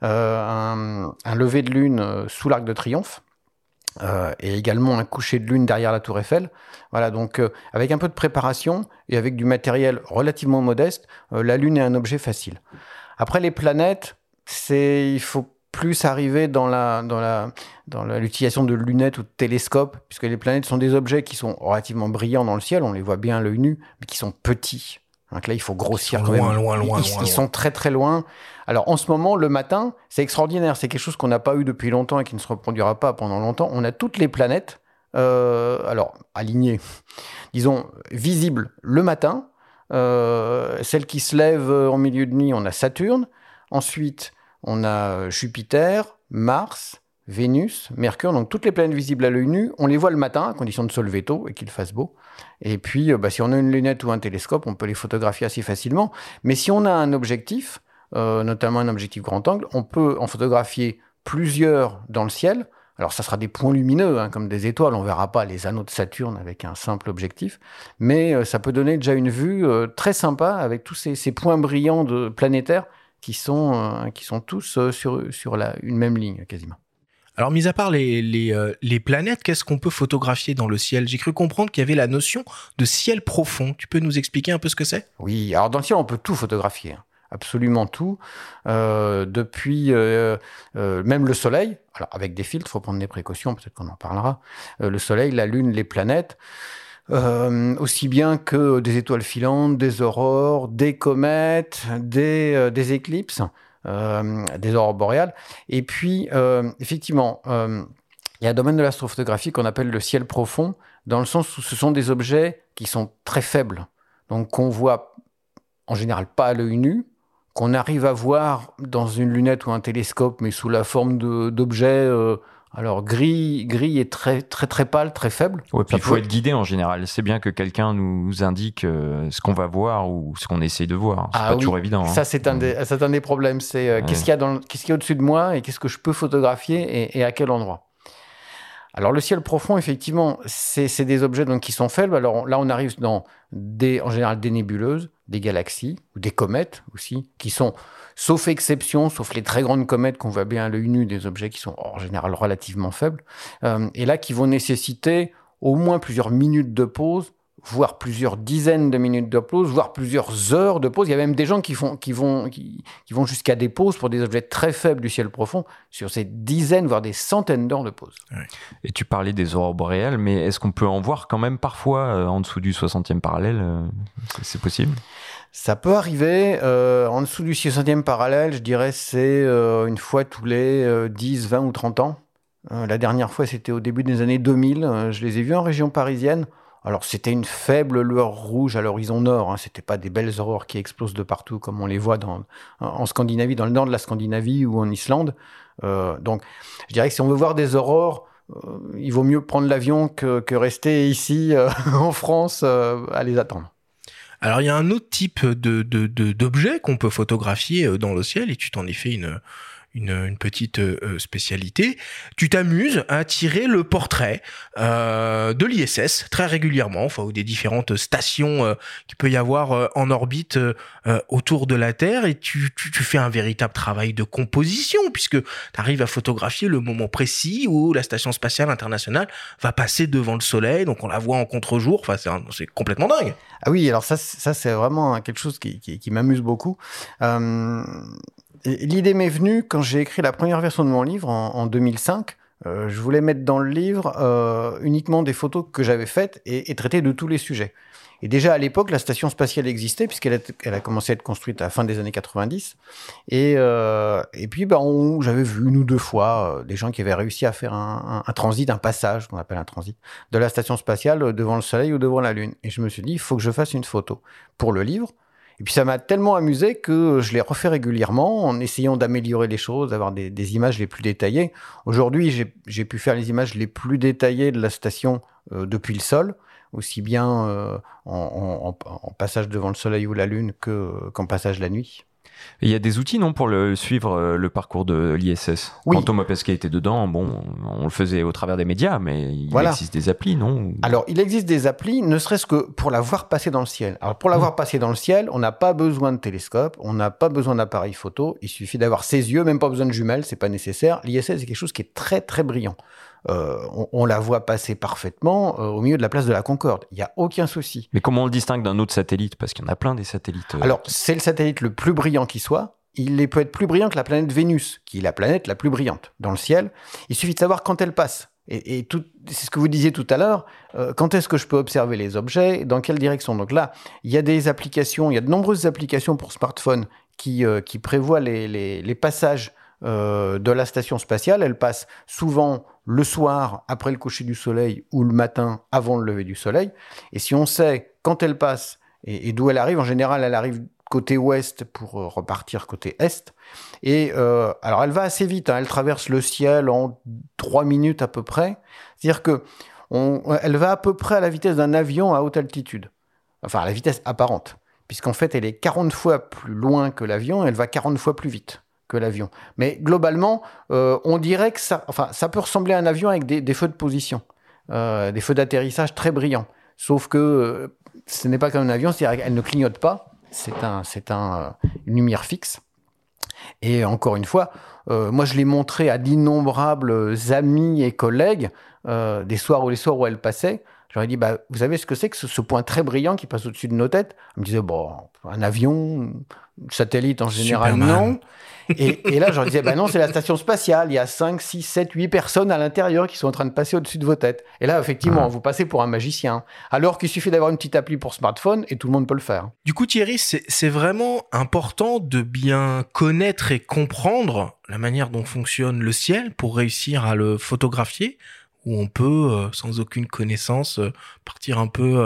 un lever de lune sous l'Arc de Triomphe. Et également un coucher de lune derrière la Tour Eiffel. Voilà, donc avec un peu de préparation et avec du matériel relativement modeste, la Lune est un objet facile. Après les planètes, il faut plus arriver dans l'utilisation de lunettes ou de télescopes, puisque les planètes sont des objets qui sont relativement brillants dans le ciel, on les voit bien à l'œil nu, mais qui sont petits. Donc là, il faut grossir quand même. Loin. Ils sont très très loin. Alors en ce moment, le matin, c'est extraordinaire. C'est quelque chose qu'on n'a pas eu depuis longtemps et qui ne se reproduira pas pendant longtemps. On a toutes les planètes, alignées, disons, visibles le matin. Celles qui se lèvent en milieu de nuit, on a Saturne. Ensuite, on a Jupiter, Mars, Vénus, Mercure, donc toutes les planètes visibles à l'œil nu, on les voit le matin, à condition de se lever tôt et qu'il fasse beau. Et puis, si on a une lunette ou un télescope, on peut les photographier assez facilement. Mais si on a un objectif, notamment un objectif grand angle, on peut en photographier plusieurs dans le ciel. Alors, ça sera des points lumineux, comme des étoiles. On ne verra pas les anneaux de Saturne avec un simple objectif. Mais ça peut donner déjà une vue très sympa avec tous ces points brillants planétaires qui sont tous sur une même ligne, quasiment. Alors, mis à part les planètes, qu'est-ce qu'on peut photographier dans le ciel ? J'ai cru comprendre qu'il y avait la notion de ciel profond. Tu peux nous expliquer un peu ce que c'est ? Oui, alors dans le ciel, on peut tout photographier, absolument tout. Depuis même le soleil, alors avec des filtres, il faut prendre des précautions, peut-être qu'on en parlera. Le soleil, la lune, les planètes, aussi bien que des étoiles filantes, des aurores, des comètes, des éclipses. Des aurores boréales. Et puis, effectivement, il y a un domaine de l'astrophotographie qu'on appelle le ciel profond, dans le sens où ce sont des objets qui sont très faibles, donc qu'on voit en général pas à l'œil nu, qu'on arrive à voir dans une lunette ou un télescope, mais sous la forme d'objets gris et très très très pâle, très faible. Ouais, puis il faut être guidé en général. C'est bien que quelqu'un nous indique ce qu'on va voir ou ce qu'on essaye de voir. C'est pas toujours évident. Ça, c'est un des problèmes. C'est qu'est-ce qu'il y a au-dessus de moi et qu'est-ce que je peux photographier et à quel endroit. Alors le ciel profond, effectivement, c'est des objets donc qui sont faibles. Alors là, on arrive dans en général des nébuleuses, des galaxies ou des comètes aussi, qui sont, sauf exception, sauf les très grandes comètes qu'on voit bien à l'œil nu, des objets qui sont en général relativement faibles, et là qui vont nécessiter au moins plusieurs minutes de pause, voire plusieurs dizaines de minutes de pause, voire plusieurs heures de pause. Il y a même des gens qui vont jusqu'à des pauses pour des objets très faibles du ciel profond sur ces dizaines, voire des centaines d'heures de pause. Et tu parlais des aurores boréales, mais est-ce qu'on peut en voir quand même parfois en dessous du 60e parallèle c'est possible ? Ça peut arriver. En dessous du 60e parallèle, je dirais c'est une fois tous les 10, 20 ou 30 ans. La dernière fois, c'était au début des années 2000. Je les ai vus en région parisienne. Alors, c'était une faible lueur rouge à l'horizon nord. Hein. C'était pas des belles aurores qui explosent de partout comme on les voit en Scandinavie, dans le nord de la Scandinavie ou en Islande. Donc, je dirais que si on veut voir des aurores, il vaut mieux prendre l'avion que rester ici en France à les attendre. Alors, il y a un autre type d'objet qu'on peut photographier dans le ciel, et tu t'en es fait une petite spécialité. Tu t'amuses à tirer le portrait de l'ISS très régulièrement, enfin, ou des différentes stations qu'il peut y avoir en orbite autour de la Terre, et tu fais un véritable travail de composition, puisque tu arrives à photographier le moment précis où la Station spatiale internationale va passer devant le Soleil, donc on la voit en contre-jour. Enfin, c'est complètement dingue. Ah oui, alors ça c'est vraiment quelque chose qui m'amuse beaucoup. L'idée m'est venue quand j'ai écrit la première version de mon livre en 2005. Je voulais mettre dans le livre uniquement des photos que j'avais faites et traiter de tous les sujets. Et déjà à l'époque, la station spatiale existait puisqu'elle a commencé à être construite à la fin des années 90. Et puis j'avais vu une ou deux fois des gens qui avaient réussi à faire un transit, un passage, qu'on appelle un transit, de la station spatiale devant le Soleil ou devant la Lune. Et je me suis dit, il faut que je fasse une photo pour le livre. Et puis ça m'a tellement amusé que je l'ai refait régulièrement en essayant d'améliorer les choses, d'avoir des images les plus détaillées. Aujourd'hui, j'ai pu faire les images les plus détaillées de la station depuis le sol, aussi bien en passage devant le Soleil ou la Lune qu'en passage la nuit. Et il y a des outils, non, pour suivre le parcours de l'ISS. Oui. Quand Thomas Pesquet était dedans, on le faisait au travers des médias, mais il existe des applis, non ? Alors, il existe des applis, ne serait-ce que pour la voir passer dans le ciel. Alors, pour la voir passer dans le ciel, on n'a pas besoin de télescope, on n'a pas besoin d'appareil photo, il suffit d'avoir ses yeux, même pas besoin de jumelles, c'est pas nécessaire. L'ISS, c'est quelque chose qui est très, très brillant. On la voit passer parfaitement au milieu de la place de la Concorde. Il n'y a aucun souci. Mais comment on le distingue d'un autre satellite ? Parce qu'il y en a plein des satellites. Alors, c'est le satellite le plus brillant qui soit. Il peut être plus brillant que la planète Vénus, qui est la planète la plus brillante dans le ciel. Il suffit de savoir quand elle passe. Et c'est ce que vous disiez tout à l'heure. Quand est-ce que je peux observer les objets ? Dans quelle direction ? Donc là, il y a des applications, il y a de nombreuses applications pour smartphone qui prévoient les passages de la station spatiale. Elle passe souvent le soir après le coucher du soleil ou le matin avant le lever du soleil. Et si on sait quand elle passe et d'où elle arrive, en général, elle arrive côté ouest pour repartir côté est. Et alors, elle va assez vite. Hein, elle traverse le ciel en 3 minutes à peu près. C'est-à-dire elle va à peu près à la vitesse d'un avion à haute altitude. Enfin, à la vitesse apparente. Puisqu'en fait, elle est 40 fois plus loin que l'avion et elle va 40 fois plus vite que l'avion. Mais globalement, on dirait que ça peut ressembler à un avion avec des feux de position, des feux d'atterrissage très brillants. Sauf que ce n'est pas comme un avion, c'est-à-dire qu'elle ne clignote pas. C'est une lumière fixe. Et encore une fois, moi je l'ai montré à d'innombrables amis et collègues des soirs où elle passait. J'aurais dit, vous savez ce que c'est que ce point très brillant qui passe au-dessus de nos têtes ? On me disait, un avion, satellite en général, Superman. non. Et là, je leur disais, non, c'est la station spatiale. Il y a 5, 6, 7, 8 personnes à l'intérieur qui sont en train de passer au-dessus de vos têtes. Et là, effectivement, vous passez pour un magicien. Alors qu'il suffit d'avoir une petite appli pour smartphone et tout le monde peut le faire. Du coup, Thierry, c'est vraiment important de bien connaître et comprendre la manière dont fonctionne le ciel pour réussir à le photographier, où on peut, sans aucune connaissance, partir un peu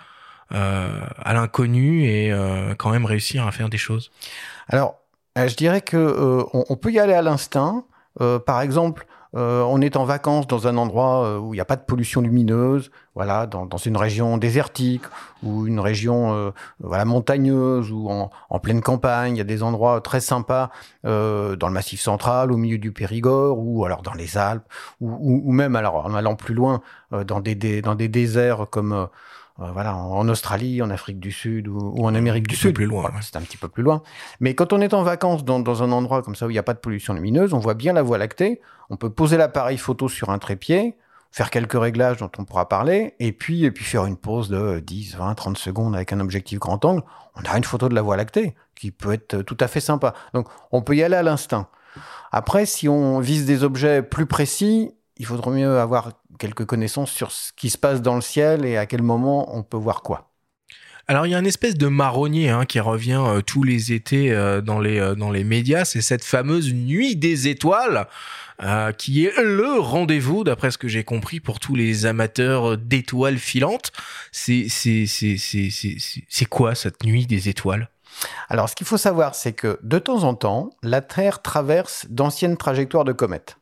à l'inconnu et quand même réussir à faire des choses. Alors, je dirais que on peut y aller à l'instinct. Par exemple, on est en vacances dans un endroit où il n'y a pas de pollution lumineuse, voilà, dans une région désertique ou une région montagneuse ou en pleine campagne. Il y a des endroits très sympas dans le Massif central, au milieu du Périgord, ou alors dans les Alpes, ou même alors en allant plus loin dans des déserts comme en Australie, en Afrique du Sud ou en Amérique du Sud. Plus loin. Voilà, c'est un petit peu plus loin. Mais quand on est en vacances dans un endroit comme ça où il n'y a pas de pollution lumineuse, on voit bien la Voie lactée. On peut poser l'appareil photo sur un trépied, faire quelques réglages dont on pourra parler, et puis faire une pause de 10, 20, 30 secondes avec un objectif grand angle. On a une photo de la Voie lactée qui peut être tout à fait sympa. Donc, on peut y aller à l'instinct. Après, si on vise des objets plus précis, il faudrait mieux avoir quelques connaissances sur ce qui se passe dans le ciel et à quel moment on peut voir quoi. Alors, il y a une espèce de marronnier qui revient tous les étés dans les médias. C'est cette fameuse nuit des étoiles qui est le rendez-vous, d'après ce que j'ai compris, pour tous les amateurs d'étoiles filantes. C'est quoi cette nuit des étoiles ? Alors, ce qu'il faut savoir, c'est que de temps en temps, la Terre traverse d'anciennes trajectoires de comètes.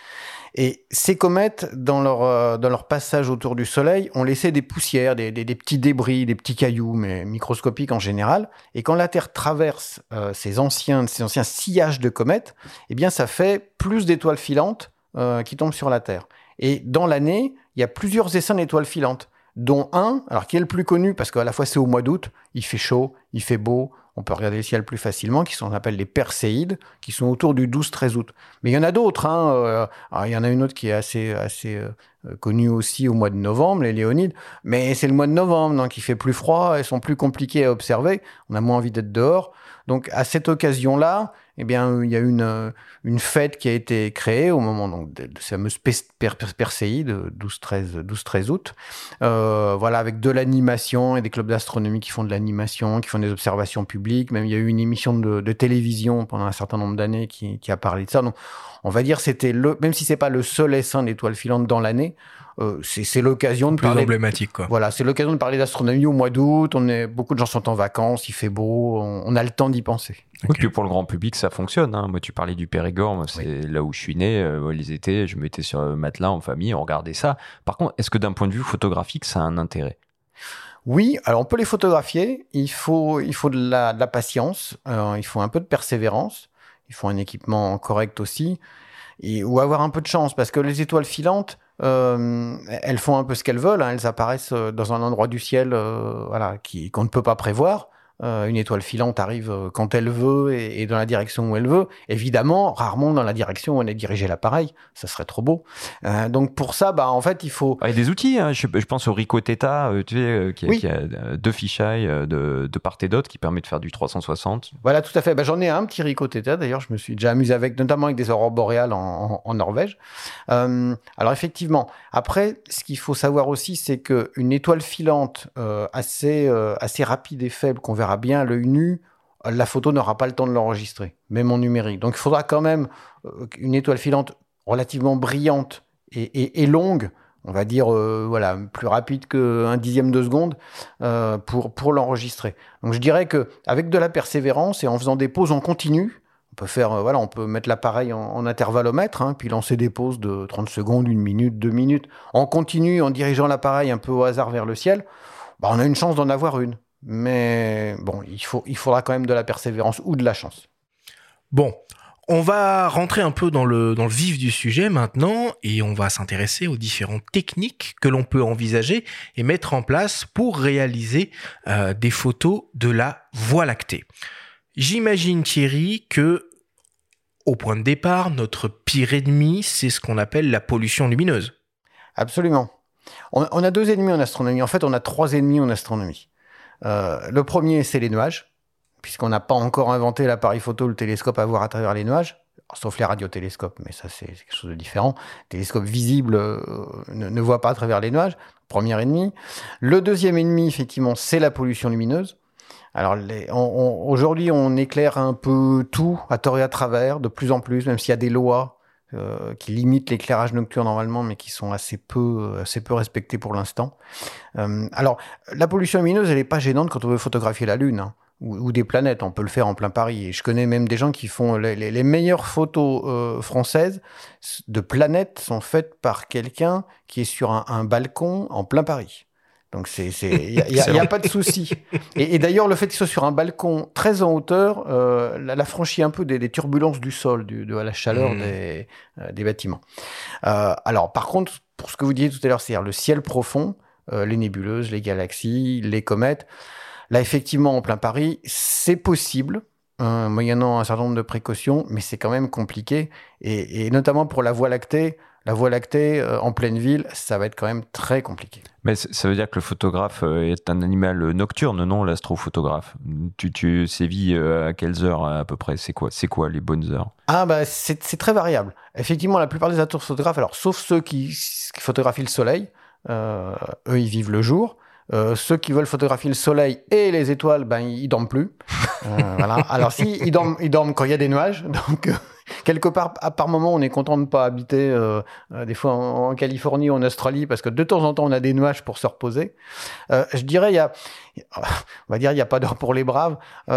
Et ces comètes, dans leur passage autour du Soleil, ont laissé des poussières, des petits débris, des petits cailloux, mais microscopiques en général. Et quand la Terre traverse ces anciens sillages de comètes, eh bien, ça fait plus d'étoiles filantes qui tombent sur la Terre. Et dans l'année, il y a plusieurs essaims d'étoiles filantes, dont un, alors qui est le plus connu, parce qu'à la fois c'est au mois d'août, il fait chaud, il fait beau, on peut regarder le ciel plus facilement, qui sont, on appelle les Perséides, qui sont autour du 12-13 août. Mais il y en a d'autres. Il y en a une autre qui est assez connue aussi au mois de novembre, les Léonides. Mais c'est le mois de novembre, donc il fait plus froid, elles sont plus compliquées à observer. On a moins envie d'être dehors. Donc à cette occasion-là, eh bien, il y a une fête qui a été créée au moment donc, de ces fameuses Perséides, 12-13 août. Voilà, avec de l'animation et des clubs d'astronomie qui font de l'animation, qui font des observations publiques. Même il y a eu une émission de télévision pendant un certain nombre d'années qui a parlé de ça. Donc, on va dire c'était même si c'est pas le seul essaim d'étoiles filantes dans l'année, c'est l'occasion de plus parler emblématique, quoi. Voilà, c'est l'occasion de parler d'astronomie au mois d'août. Beaucoup de gens sont en vacances, il fait beau, on a le temps d'y penser. Okay. Oui, puis pour le grand public, ça fonctionne. Moi, tu parlais du Périgord, moi, c'est là où je suis né. Les étés, je me mettais sur le matelas en famille, on regardait ça. Par contre, est-ce que d'un point de vue photographique, ça a un intérêt ? Oui, alors on peut les photographier. Il faut de la patience, il faut un peu de persévérance, il faut un équipement correct aussi, ou avoir un peu de chance, parce que les étoiles filantes, elles font un peu ce qu'elles veulent, elles apparaissent dans un endroit du ciel qu'on ne peut pas prévoir. Une étoile filante arrive quand elle veut et dans la direction où elle veut. Évidemment, rarement dans la direction où on est dirigé l'appareil. Ça serait trop beau. Donc pour ça, en fait, il faut... Il y a des outils. Je pense au Ricoh Theta, qui a 2 fisheyes de part et d'autre qui permet de faire du 360. Voilà, tout à fait. J'en ai un petit Ricoh Theta. D'ailleurs, je me suis déjà amusé avec, notamment avec des aurores boréales en Norvège. Alors effectivement, après, ce qu'il faut savoir aussi, c'est qu'une étoile filante assez rapide et faible qu'on verra bien à l'œil nu, la photo n'aura pas le temps de l'enregistrer, même en numérique. Donc il faudra quand même une étoile filante relativement brillante et longue, on va dire plus rapide qu'un dixième de seconde pour l'enregistrer. Donc je dirais qu'avec de la persévérance et en faisant des pauses en continu, on peut faire on peut mettre l'appareil en intervallomètre, puis lancer des pauses de 30 secondes, 1 minute, 2 minutes, en continu, en dirigeant l'appareil un peu au hasard vers le ciel, on a une chance d'en avoir une. Mais bon, il faudra quand même de la persévérance ou de la chance. Bon, on va rentrer un peu dans le vif du sujet maintenant et on va s'intéresser aux différentes techniques que l'on peut envisager et mettre en place pour réaliser des photos de la Voie lactée. J'imagine, Thierry, que au point de départ, notre pire ennemi, c'est ce qu'on appelle la pollution lumineuse. Absolument. On a 2 ennemis en astronomie. En fait, on a 3 ennemis en astronomie. Le premier, c'est les nuages, puisqu'on n'a pas encore inventé l'appareil photo, le télescope à voir à travers les nuages, sauf les radiotélescopes, mais ça, c'est quelque chose de différent. Le télescope visible ne voit pas à travers les nuages. Premier ennemi. Le deuxième ennemi, effectivement, c'est la pollution lumineuse. Alors, aujourd'hui, on éclaire un peu tout, à tort et à travers, de plus en plus, même s'il y a des lois qui limitent l'éclairage nocturne normalement, mais qui sont assez peu respectées pour l'instant. Alors, la pollution lumineuse, elle n'est pas gênante quand on veut photographier la Lune, ou des planètes. On peut le faire en plein Paris. Et je connais même des gens qui font les meilleures photos françaises de planètes sont faites par quelqu'un qui est sur un balcon en plein Paris. Donc il y a pas de souci. Et d'ailleurs, le fait qu'il soit sur un balcon très en hauteur, la franchit un peu des turbulences du sol, de la chaleur des bâtiments. Alors, par contre, pour ce que vous disiez tout à l'heure, c'est-à-dire le ciel profond, les nébuleuses, les galaxies, les comètes. Là, effectivement, en plein Paris, c'est possible, moyennant un certain nombre de précautions, mais c'est quand même compliqué. Et notamment pour la Voie lactée, La Voie lactée en pleine ville, ça va être quand même très compliqué. Mais ça veut dire que le photographe est un animal nocturne, non, l'astrophotographe? Tu sévis à quelles heures à peu près? C'est quoi les bonnes heures? C'est très variable. Effectivement, la plupart des astrophotographes, alors sauf ceux qui photographient le soleil, eux, ils vivent le jour. Ceux qui veulent photographier le soleil et les étoiles, ils dorment plus. Voilà. Alors ils dorment quand il y a des nuages. Donc quelque part, par moment, on est content de ne pas habiter des fois en Californie ou en Australie parce que de temps en temps, on a des nuages pour se reposer. Je dirais, on va dire, il n'y a pas d'heure pour les braves.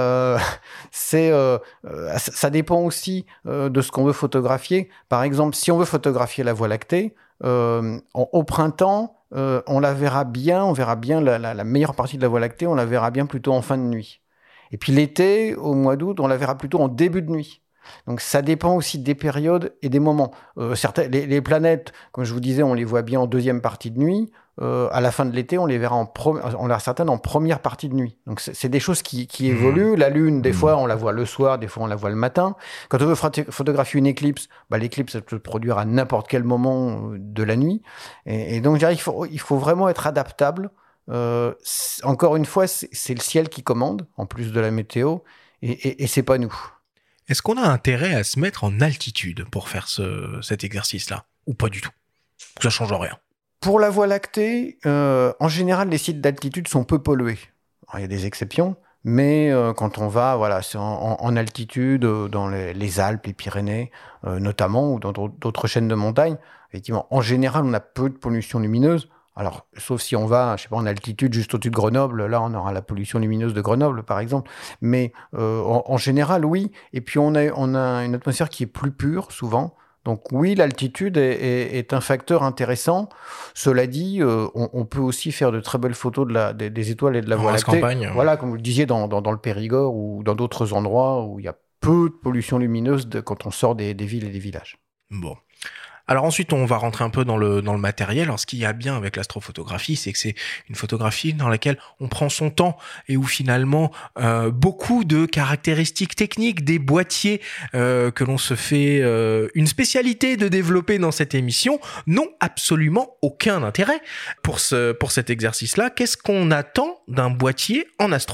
Ça dépend aussi de ce qu'on veut photographier. Par exemple, si on veut photographier la Voie lactée, au printemps, on verra bien la meilleure partie de la Voie lactée, on la verra bien plutôt en fin de nuit. Et puis l'été, au mois d'août, on la verra plutôt en début de nuit. Donc ça dépend aussi des périodes et des moments. Les planètes, comme je vous disais, on les voit bien en deuxième partie de nuit. À la fin de l'été, on les verra certaines en première partie de nuit. Donc c'est des choses qui évoluent. La Lune, des fois, on la voit le soir, des fois, on la voit le matin. Quand on veut photographier une éclipse, l'éclipse, ça peut se produire à n'importe quel moment de la nuit. Et donc, je dirais il faut vraiment être adaptable. Encore une fois, c'est le ciel qui commande, en plus de la météo, et c'est pas nous. Est-ce qu'on a intérêt à se mettre en altitude pour faire cet exercice-là? Ou pas du tout? Ça change rien. Pour la Voie lactée, en général, les sites d'altitude sont peu pollués. Alors, il y a des exceptions, mais quand on va en altitude, dans les Alpes, les Pyrénées, notamment, ou dans d'autres chaînes de montagnes, effectivement, en général, on a peu de pollution lumineuse. Alors, sauf si on va, en altitude juste au-dessus de Grenoble, là, on aura la pollution lumineuse de Grenoble, par exemple. Mais en général, oui. Et puis, on a une atmosphère qui est plus pure, souvent. Donc oui, l'altitude est un facteur intéressant. Cela dit, on peut aussi faire de très belles photos des étoiles et de la Voie lactée. Campagne. Voilà, comme vous le disiez, dans le Périgord ou dans d'autres endroits où il y a peu de pollution lumineuse quand on sort des villes et des villages. Bon. Alors ensuite, on va rentrer un peu dans le matériel. Alors ce qu'il y a bien avec l'astrophotographie, c'est que c'est une photographie dans laquelle on prend son temps et où finalement beaucoup de caractéristiques techniques des boîtiers que l'on se fait une spécialité de développer dans cette émission n'ont absolument aucun intérêt pour cet exercice-là. Qu'est-ce qu'on attend d'un boîtier en astro ?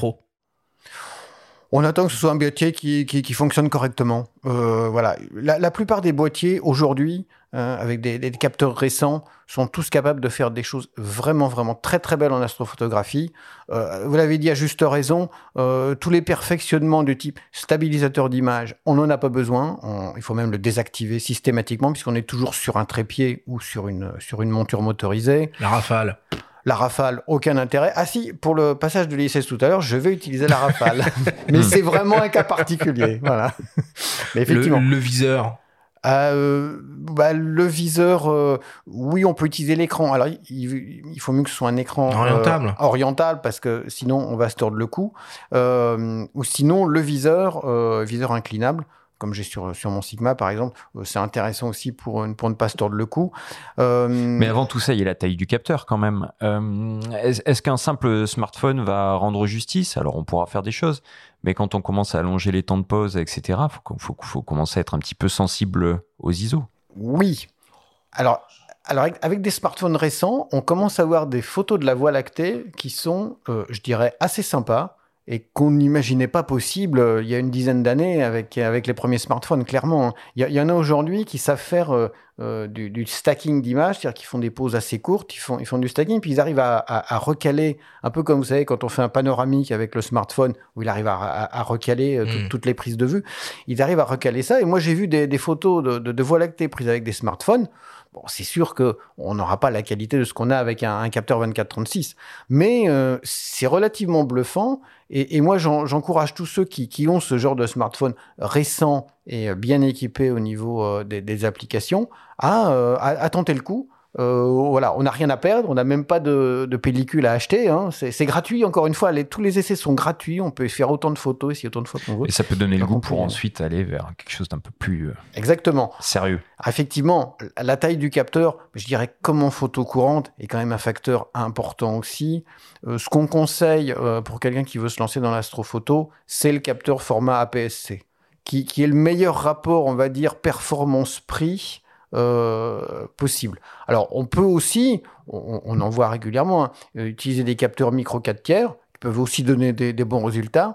On attend que ce soit un boîtier qui fonctionne correctement. Voilà. La plupart des boîtiers aujourd'hui, avec des capteurs récents, sont tous capables de faire des choses vraiment, vraiment très, très belles en astrophotographie. Vous l'avez dit à juste raison, tous les perfectionnements du type stabilisateur d'image, on n'en a pas besoin. Il faut même le désactiver systématiquement puisqu'on est toujours sur un trépied ou sur une monture motorisée. La Rafale, aucun intérêt. Ah si, pour le passage de l'ISS tout à l'heure, je vais utiliser la Rafale. Mais c'est vraiment un cas particulier. Voilà. Mais effectivement. Le viseur. Le viseur, oui, on peut utiliser l'écran. Alors, il faut mieux que ce soit un écran orientable parce que sinon, on va se tordre le cou. Ou sinon, le viseur inclinable, comme j'ai sur mon Sigma, par exemple, c'est intéressant aussi pour ne pas se tordre le cou. Mais avant tout ça, il y a la taille du capteur quand même. Est-ce qu'un simple smartphone va rendre justice? Alors, on pourra faire des choses, mais quand on commence à allonger les temps de pause, etc., faut commencer à être un petit peu sensible aux ISO. Oui. Alors avec des smartphones récents, on commence à voir des photos de la Voie lactée qui sont, je dirais, assez sympas, et qu'on n'imaginait pas possible il y a une dizaine d'années avec les premiers smartphones, clairement. Il y en a aujourd'hui qui savent faire du stacking d'images, c'est-à-dire qu'ils font des poses assez courtes, ils font du stacking, puis ils arrivent à recaler, un peu comme vous savez quand on fait un panoramique avec le smartphone, où il arrive à recaler toutes les prises de vue, ils arrivent à recaler ça. Et moi j'ai vu des photos de Voie lactée prises avec des smartphones. Bon, c'est sûr qu'on n'aura pas la qualité de ce qu'on a avec un capteur 24-36, mais c'est relativement bluffant. Et moi, j'encourage tous ceux qui ont ce genre de smartphone récent et bien équipé au niveau des applications à tenter le coup. Voilà, on n'a rien à perdre, on n'a même pas de pellicule à acheter. Hein. C'est gratuit, encore une fois, tous les essais sont gratuits, on peut faire autant de photos ici, autant de fois qu'on veut. Et ça peut donner le goût pour ensuite aller vers quelque chose d'un peu plus exactement sérieux. Effectivement, la taille du capteur, je dirais comme en photo courante, est quand même un facteur important aussi. Ce qu'on conseille pour quelqu'un qui veut se lancer dans l'astrophoto, c'est le capteur format APS-C, qui est le meilleur rapport, on va dire, performance-prix possible. Alors, on peut aussi, on en voit régulièrement, utiliser des capteurs micro 4/3 qui peuvent aussi donner des bons résultats.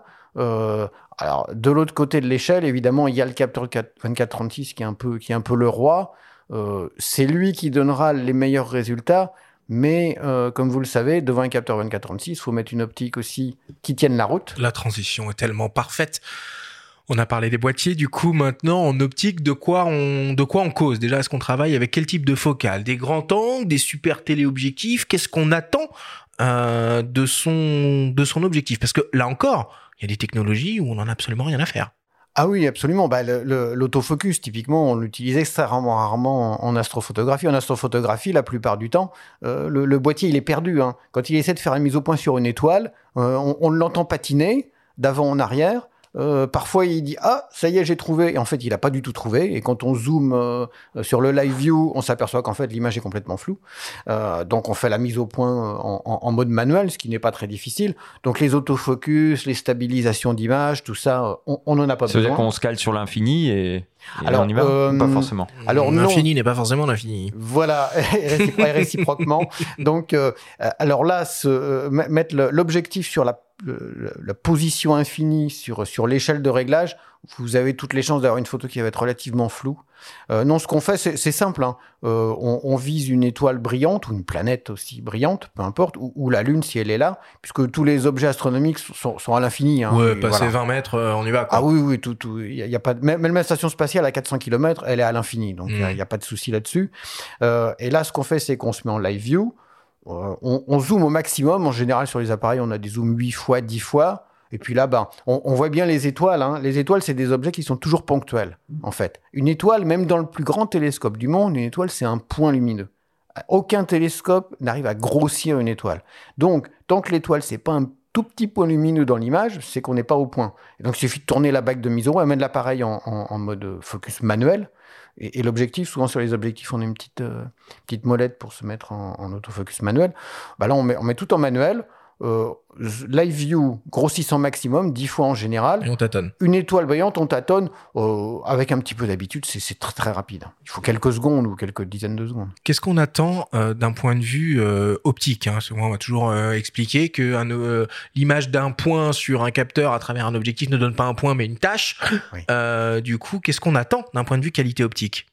Alors, de l'autre côté de l'échelle, évidemment, il y a le capteur 24-36 qui est un peu le roi. C'est lui qui donnera les meilleurs résultats. Mais comme vous le savez, devant un capteur 24-36, il faut mettre une optique aussi qui tienne la route. La transition est tellement parfaite. On a parlé des boîtiers, du coup maintenant en optique, de quoi on cause? Déjà, est-ce qu'on travaille avec quel type de focale? Des grands angles, des super téléobjectifs? Qu'est-ce qu'on attend de son objectif? Parce que là encore, il y a des technologies où on en a absolument rien à faire. Ah oui, absolument. L'autofocus, typiquement, on l'utilise extrêmement rarement en astrophotographie. En astrophotographie, la plupart du temps, le boîtier, il est perdu. Hein. Quand il essaie de faire une mise au point sur une étoile, on l'entend patiner d'avant en arrière. Parfois, il dit « Ah, ça y est, j'ai trouvé ». Et en fait, il n'a pas du tout trouvé. Et quand on zoome sur le live view, on s'aperçoit qu'en fait, l'image est complètement floue. Donc, on fait la mise au point en mode manuel, ce qui n'est pas très difficile. Donc, les autofocus, les stabilisations d'image, tout ça, on n'en a pas besoin. Ça veut dire qu'on se cale sur l'infini et alors, on y va ou pas forcément? Alors, l'infini n'est pas forcément l'infini. Voilà, réciproquement. Donc, alors là, mettre l'objectif sur la position infinie sur l'échelle de réglage, vous avez toutes les chances d'avoir une photo qui va être relativement floue. Non, ce qu'on fait, c'est simple. Hein. On vise une étoile brillante ou une planète aussi brillante, peu importe, ou la Lune si elle est là, puisque tous les objets astronomiques sont à l'infini. Hein, ouais, passer 20 mètres, on y va. Quoi. Ah oui, tout. Y a pas même la station spatiale à 400 km, elle est à l'infini, donc il n'y a pas de souci là-dessus. Et là, ce qu'on fait, c'est qu'on se met en live view. On zoome au maximum. En général, sur les appareils, on a des zooms 8 fois, 10 fois. Et puis là, on voit bien les étoiles. Hein. Les étoiles, c'est des objets qui sont toujours ponctuels, en fait. Une étoile, même dans le plus grand télescope du monde, une étoile, c'est un point lumineux. Aucun télescope n'arrive à grossir une étoile. Donc, tant que l'étoile, c'est pas un tout petit point lumineux dans l'image, c'est qu'on n'est pas au point. Et donc, il suffit de tourner la bague de mise au point, mettre l'appareil en mode focus manuel. Et l'objectif, souvent sur les objectifs, on a une petite molette pour se mettre en autofocus manuel. Là, on met tout en manuel. Live view grossissant maximum, 10 fois en général. Et on tâtonne. Une étoile brillante, on tâtonne. Avec un petit peu d'habitude, c'est très très rapide. Il faut quelques secondes ou quelques dizaines de secondes. Qu'est-ce qu'on attend d'un point de vue optique, hein? Moi, on m'a toujours expliqué que l'image d'un point sur un capteur à travers un objectif ne donne pas un point mais une tache. Oui. Du coup, qu'est-ce qu'on attend d'un point de vue qualité optique?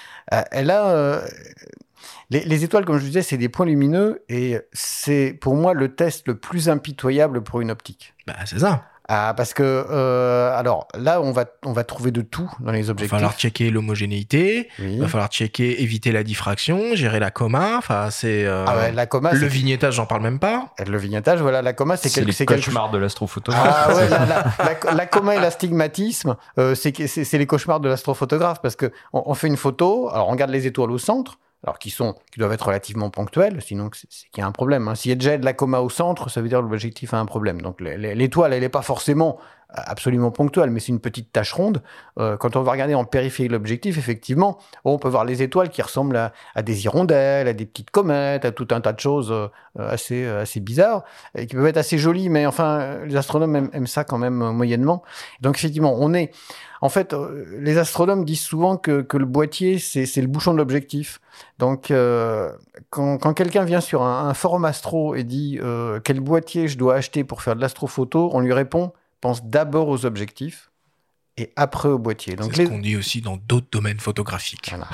Les étoiles, comme je disais, c'est des points lumineux et c'est pour moi le test le plus impitoyable pour une optique. C'est ça. Parce que alors là, on va trouver de tout dans les objectifs. Il va falloir checker l'homogénéité, il va falloir éviter la diffraction, gérer la coma. Enfin, c'est la coma. Le vignettage, j'en parle même pas. Le vignettage, voilà, la coma, c'est les cauchemars de l'astrophotographe. Ah ouais, la coma et l'astigmatisme, c'est les cauchemars de l'astrophotographe parce que on fait une photo, alors on regarde les étoiles au centre. Alors qui doivent être relativement ponctuels, sinon c'est qu'il y a un problème. Hein. S'il y a déjà de la coma au centre, ça veut dire que l'objectif a un problème. Donc l'étoile, elle n'est pas forcément absolument ponctuelle, mais c'est une petite tache ronde. Quand on va regarder en périphérie de l'objectif, effectivement, on peut voir les étoiles qui ressemblent à des hirondelles, à des petites comètes, à tout un tas de choses assez bizarres, et qui peuvent être assez jolies, mais enfin, les astronomes aiment ça quand même moyennement. Donc effectivement, en fait, les astronomes disent souvent que le boîtier, c'est le bouchon de l'objectif. Donc, quand quelqu'un vient sur un forum astro et dit quel boîtier je dois acheter pour faire de l'astrophoto, on lui répond pense d'abord aux objectifs et après au boîtier. Donc c'est ce qu'on dit aussi dans d'autres domaines photographiques. Voilà.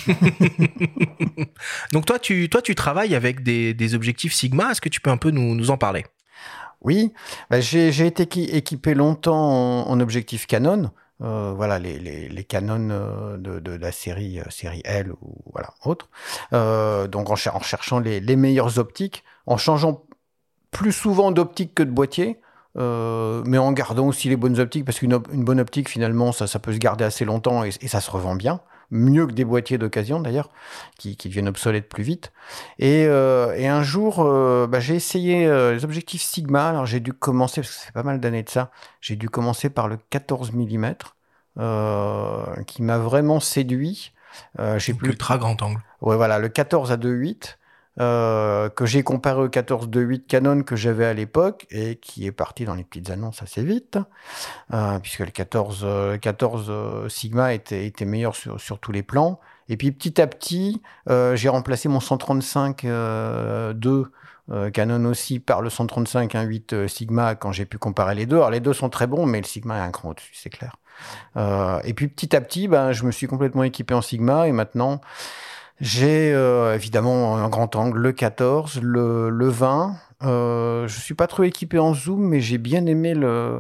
Donc toi, tu travailles avec des objectifs Sigma. Est-ce que tu peux un peu nous en parler? Oui, j'ai été équipé longtemps en objectif Canon. Voilà les Canon de la série L ou voilà autre. Donc en cherchant les meilleures optiques, en changeant plus souvent d'optique que de boîtier, mais en gardant aussi les bonnes optiques parce qu'une bonne optique finalement ça peut se garder assez longtemps et ça se revend bien. Mieux que des boîtiers d'occasion d'ailleurs, qui deviennent obsolètes plus vite. Et un jour, j'ai essayé les objectifs Sigma. Alors j'ai dû commencer, parce que ça fait pas mal d'années de ça, j'ai dû commencer par le 14 mm, qui m'a vraiment séduit. Ultra grand angle. Ouais, voilà, le 14 à 2.8. que j'ai comparé au 14-2.8 Canon que j'avais à l'époque et qui est parti dans les petites annonces assez vite, puisque le 14 Sigma était meilleur sur tous les plans. Et puis petit à petit, j'ai remplacé mon 135-2 Canon aussi par le 135-1.8 Sigma quand j'ai pu comparer les deux. Alors les deux sont très bons, mais le Sigma est un cran au-dessus, c'est clair. Et puis petit à petit, je me suis complètement équipé en Sigma et maintenant j'ai évidemment un grand angle, le 14, le 20. Je suis pas trop équipé en zoom, mais j'ai bien aimé le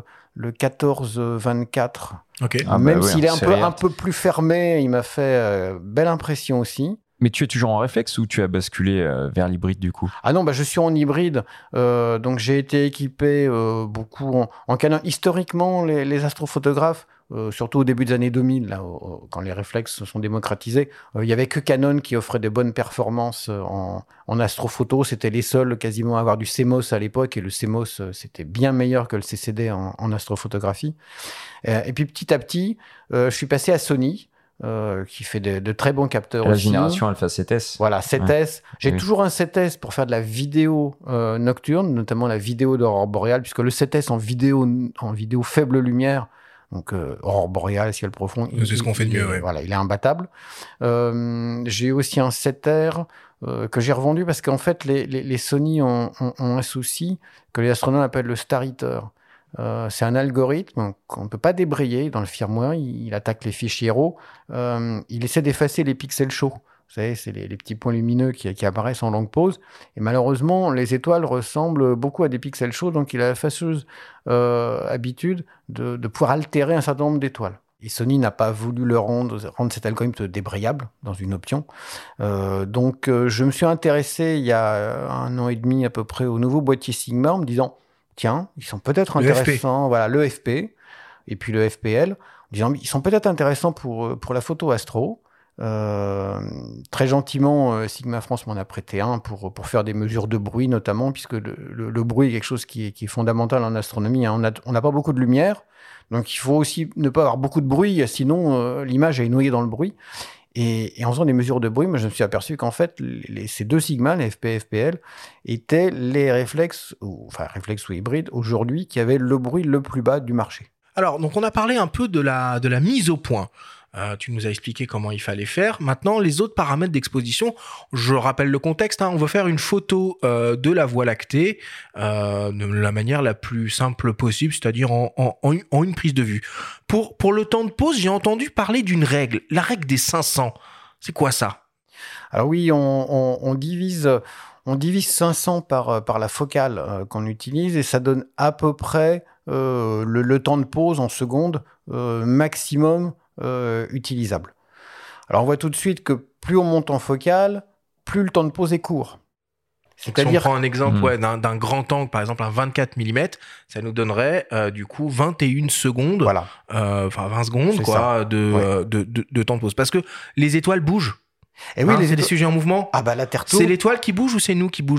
14-24. Ok. Même s'il est un peu plus fermé, il m'a fait belle impression aussi. Mais tu es toujours en réflexe ou tu as basculé vers l'hybride du coup ? Ah non, je suis en hybride. Donc j'ai été équipé beaucoup en Canon. Historiquement, les astrophotographes, surtout au début des années 2000, là, quand les réflexes se sont démocratisés, il y avait que Canon qui offrait de bonnes performances en astrophoto. C'était les seuls quasiment à avoir du CMOS à l'époque, et le CMOS, c'était bien meilleur que le CCD en astrophotographie. Et puis petit à petit, je suis passé à Sony, qui fait de très bons capteurs la aussi. génération Alpha 7S. Voilà, 7S. Ouais. J'ai toujours un 7S pour faire de la vidéo nocturne, notamment la vidéo d'aurore boréale, puisque le 7S en vidéo faible lumière, donc aurore boréale, ciel profond, c'est ce qu'on fait de mieux. Voilà, il est imbattable. J'ai aussi un 7R que j'ai revendu parce qu'en fait, les Sony ont un souci que les astronomes appellent le Star Eater. C'est un algorithme qu'on ne peut pas débrayer dans le firmware. Il attaque les fichiers RAW. Il essaie d'effacer les pixels chauds. Vous savez, c'est les petits points lumineux qui apparaissent en longue pause. Et malheureusement, les étoiles ressemblent beaucoup à des pixels chauds. Donc, il a la fâcheuse habitude de pouvoir altérer un certain nombre d'étoiles. Et Sony n'a pas voulu rendre cet algorithme débrayable dans une option. Donc, je me suis intéressé il y a 1 an et demi à peu près au nouveau boîtier Sigma en me disant... Tiens, ils sont peut-être intéressants. Voilà, le FP et puis le FPL. En disant, ils sont peut-être intéressants pour la photo astro. Très gentiment, Sigma France m'en a prêté un pour faire des mesures de bruit notamment, puisque le bruit est quelque chose qui est fondamental en astronomie. Hein. On n'a pas beaucoup de lumière, donc il faut aussi ne pas avoir beaucoup de bruit, sinon l'image est noyée dans le bruit. Et en faisant des mesures de bruit, moi, je me suis aperçu qu'en fait, ces deux Sigma, les FP et FPL, étaient les réflexes ou hybrides aujourd'hui qui avaient le bruit le plus bas du marché. Alors, donc on a parlé un peu de la mise au point. Tu nous as expliqué comment il fallait faire. Maintenant, les autres paramètres d'exposition, je rappelle le contexte, on veut faire une photo de la Voie lactée de la manière la plus simple possible, c'est-à-dire en une prise de vue. Pour le temps de pause, j'ai entendu parler d'une règle, la règle des 500. C'est quoi ça ? Alors oui, on divise 500 par la focale qu'on utilise et ça donne à peu près le temps de pause en secondes maximum utilisable. Alors on voit tout de suite que plus on monte en focale, plus le temps de pause est court. C'est-à-dire, si on prend un exemple d'un grand angle, par exemple un 24 mm, ça nous donnerait du coup 21 secondes, voilà. 20 secondes quoi, de temps de pause. Parce que les étoiles bougent. Et oui, c'est des sujets en mouvement. Ah bah la Terre tourne. C'est l'étoile qui bouge ou c'est nous qui bouge ?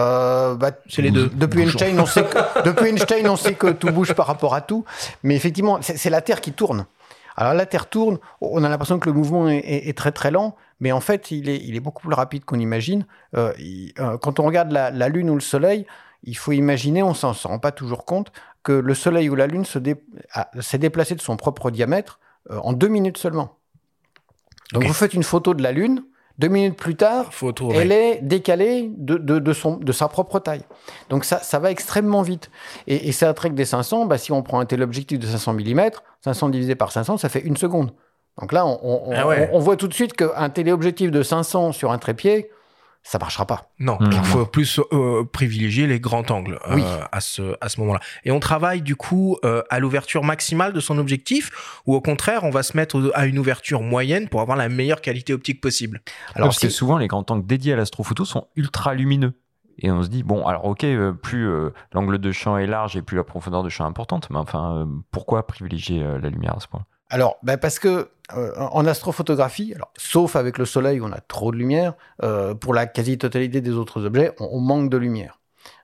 C'est les deux. Depuis Einstein, on sait que tout bouge par rapport à tout. Mais effectivement, c'est la Terre qui tourne. Alors la Terre tourne, on a l'impression que le mouvement est très très lent, mais en fait il est beaucoup plus rapide qu'on imagine. Quand on regarde la Lune ou le Soleil, il faut imaginer, on s'en rend pas toujours compte, que le Soleil ou la Lune s'est déplacé de son propre diamètre en 2 minutes seulement. Donc vous faites une photo de la Lune, 2 minutes plus tard, elle est décalée de sa propre taille. Donc ça va extrêmement vite. Et c'est un Trek des 500, si on prend un téléobjectif de 500 mm, 500 divisé par 500, ça fait 1 seconde. Donc là, on voit tout de suite qu'un téléobjectif de 500 sur un trépied, ça marchera pas. Non, il faut plus privilégier les grands angles à ce moment-là. Et on travaille du coup à l'ouverture maximale de son objectif, ou au contraire, on va se mettre à une ouverture moyenne pour avoir la meilleure qualité optique possible. Alors parce que souvent, les grands angles dédiés à l'astrophoto sont ultra lumineux. Et on se dit, bon, alors ok, plus l'angle de champ est large et plus la profondeur de champ est importante, mais enfin, pourquoi privilégier la lumière à ce point ? Alors, parce que en astrophotographie, sauf avec le Soleil où on a trop de lumière, pour la quasi-totalité des autres objets, on manque de lumière.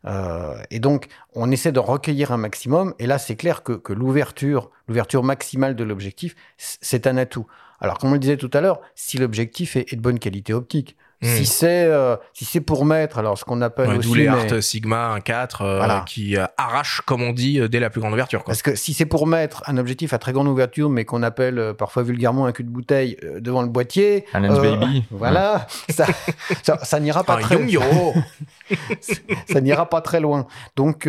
Et donc, on essaie de recueillir un maximum. Et là, c'est clair que l'ouverture maximale de l'objectif, c'est un atout. Alors, comme on le disait tout à l'heure, si l'objectif est de bonne qualité optique, Si c'est pour mettre, alors ce qu'on appelle aussi... D'où les Art Sigma 1.4 voilà. Qui arrachent, comme on dit, dès la plus grande ouverture. Quoi. Parce que si c'est pour mettre un objectif à très grande ouverture, mais qu'on appelle parfois vulgairement un cul de bouteille devant le boîtier... Un lens baby. Voilà, ça n'ira pas très loin. Ça n'ira pas très loin. Donc,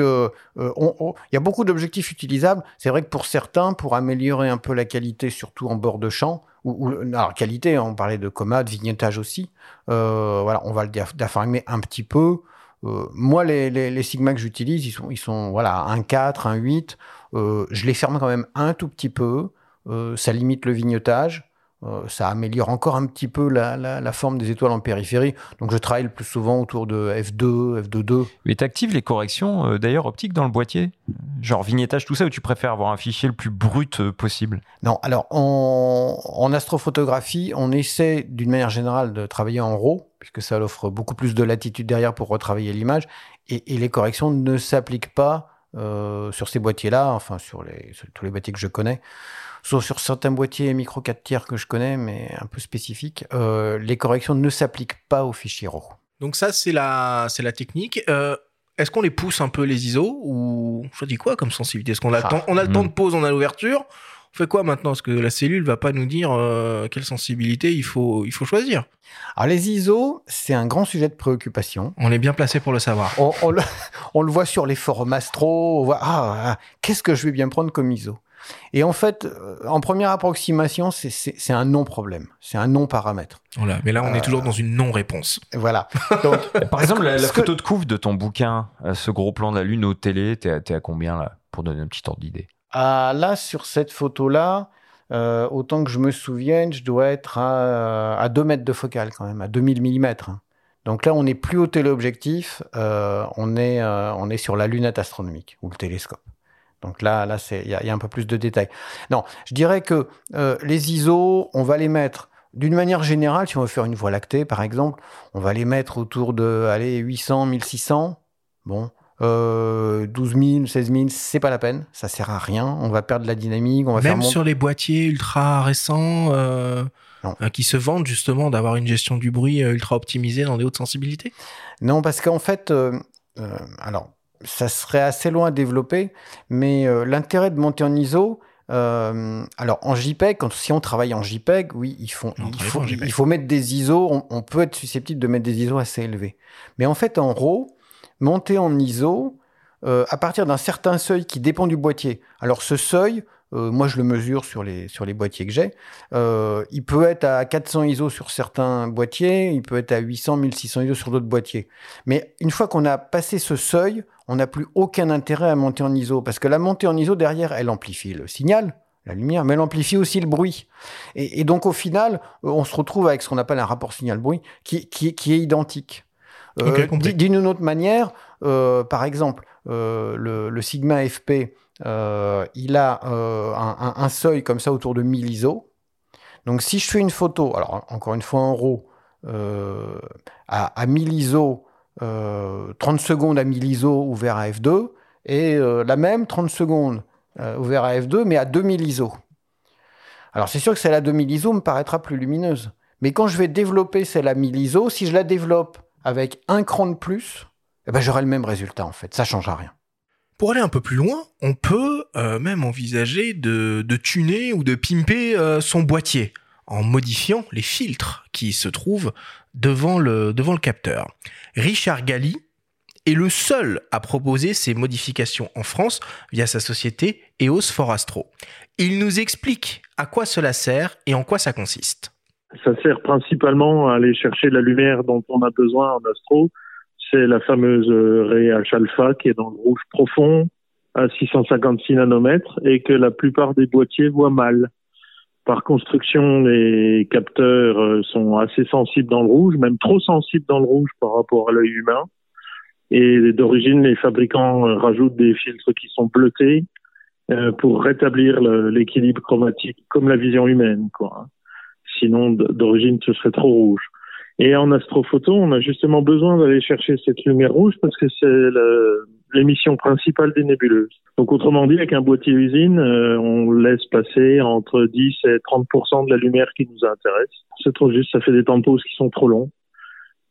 il y a beaucoup d'objectifs utilisables. C'est vrai que pour certains, pour améliorer un peu la qualité, surtout en bord de champ, alors qualité, on parlait de coma, de vignettage aussi. Voilà, on va le diaphragmer un petit peu. Moi, les Sigma que j'utilise, ils sont voilà, 1.4, 1.8. Je les ferme quand même un tout petit peu. Ça limite le vignettage. Ça améliore encore un petit peu la forme des étoiles en périphérie. Donc, je travaille le plus souvent autour de F2, F2.2. Mais tu actives les corrections, d'ailleurs, optiques dans le boîtier ? Genre vignettage, tout ça, ou tu préfères avoir un fichier le plus brut possible ? Non, alors, en astrophotographie, on essaie, d'une manière générale, de travailler en RAW, puisque ça offre beaucoup plus de latitude derrière pour retravailler l'image. Et les corrections ne s'appliquent pas sur ces boîtiers-là, enfin, sur tous les boîtiers que je connais. Sauf sur certains boîtiers micro 4 tiers que je connais, mais un peu spécifiques, les corrections ne s'appliquent pas aux fichiers RAW. Donc ça, c'est la technique. Est-ce qu'on les pousse un peu les ISO ou je dis quoi comme sensibilité ? Est-ce qu'on a le temps, on a le temps de pause, on a l'ouverture ? On fait quoi maintenant ? Parce que la cellule va pas nous dire quelle sensibilité il faut choisir. Alors les ISO, c'est un grand sujet de préoccupation. On est bien placé pour le savoir. On le voit sur les forums astro. On voit qu'est-ce que je vais bien prendre comme ISO ? Et en fait, en première approximation, c'est un non-problème. C'est un non-paramètre. Voilà, mais là, on est toujours dans une non-réponse. Voilà. Donc, par exemple, la photo de couve de ton bouquin, ce gros plan de la Lune au télé, t'es à combien là, pour donner un petit ordre d'idée ? Là, sur cette photo-là, autant que je me souvienne, je dois être à 2 mètres de focale quand même, à 2000 mm. Donc là, on n'est plus au téléobjectif, on est sur la lunette astronomique ou le télescope. Donc là, il y a un peu plus de détails. Non, je dirais que les ISO, on va les mettre d'une manière générale, si on veut faire une Voie lactée, par exemple, on va les mettre autour de 800, 1600. Bon, 12 000, 16 000, c'est pas la peine, ça sert à rien. On va perdre la dynamique. On va Même sur les boîtiers ultra récents qui se vendent justement d'avoir une gestion du bruit ultra optimisée dans des hautes sensibilités ? Non, parce qu'en fait, alors, ça serait assez loin à développer, mais l'intérêt de monter en ISO, alors en JPEG, si on travaille en JPEG, oui, il faut mettre des ISO, on peut être susceptible de mettre des ISO assez élevés. Mais en fait, en RAW, monter en ISO, à partir d'un certain seuil qui dépend du boîtier. Alors ce seuil, moi je le mesure sur les boîtiers que j'ai, il peut être à 400 ISO sur certains boîtiers, il peut être à 800, 1600 ISO sur d'autres boîtiers. Mais une fois qu'on a passé ce seuil, on n'a plus aucun intérêt à monter en ISO, parce que la montée en ISO, derrière, elle amplifie le signal, la lumière, mais elle amplifie aussi le bruit. Et donc, au final, on se retrouve avec ce qu'on appelle un rapport signal-bruit qui est identique. D'une autre manière, par exemple, le Sigma FP, il a un seuil comme ça autour de 1000 ISO. Donc, si je fais une photo, alors encore une fois en RAW, à 1000 ISO, 30 secondes à 1000 ISO ouvert à F2 et la même 30 secondes ouvert à F2 mais à 2000 ISO. Alors c'est sûr que celle à 2000 ISO me paraîtra plus lumineuse. Mais quand je vais développer celle à 1000 ISO, si je la développe avec un cran de plus, j'aurai le même résultat en fait, ça ne changera rien. Pour aller un peu plus loin, on peut même envisager de tuner ou de pimper son boîtier en modifiant les filtres qui se trouvent devant le capteur. Richard Galli est le seul à proposer ces modifications en France via sa société EOS for Astro. Il nous explique à quoi cela sert et en quoi ça consiste. Ça sert principalement à aller chercher la lumière dont on a besoin en astro. C'est la fameuse raie H-alpha qui est dans le rouge profond à 656 nanomètres et que la plupart des boîtiers voient mal. Par construction, les capteurs sont assez sensibles dans le rouge, même trop sensibles dans le rouge par rapport à l'œil humain. Et d'origine, les fabricants rajoutent des filtres qui sont bleutés pour rétablir l'équilibre chromatique, comme la vision humaine, quoi. Sinon, d'origine, ce serait trop rouge. Et en astrophoto, on a justement besoin d'aller chercher cette lumière rouge parce que c'est l'émission principale des nébuleuses. Donc, autrement dit, avec un boîtier usine, on laisse passer entre 10 et 30% de la lumière qui nous intéresse. C'est trop juste, ça fait des temps de pause qui sont trop longs.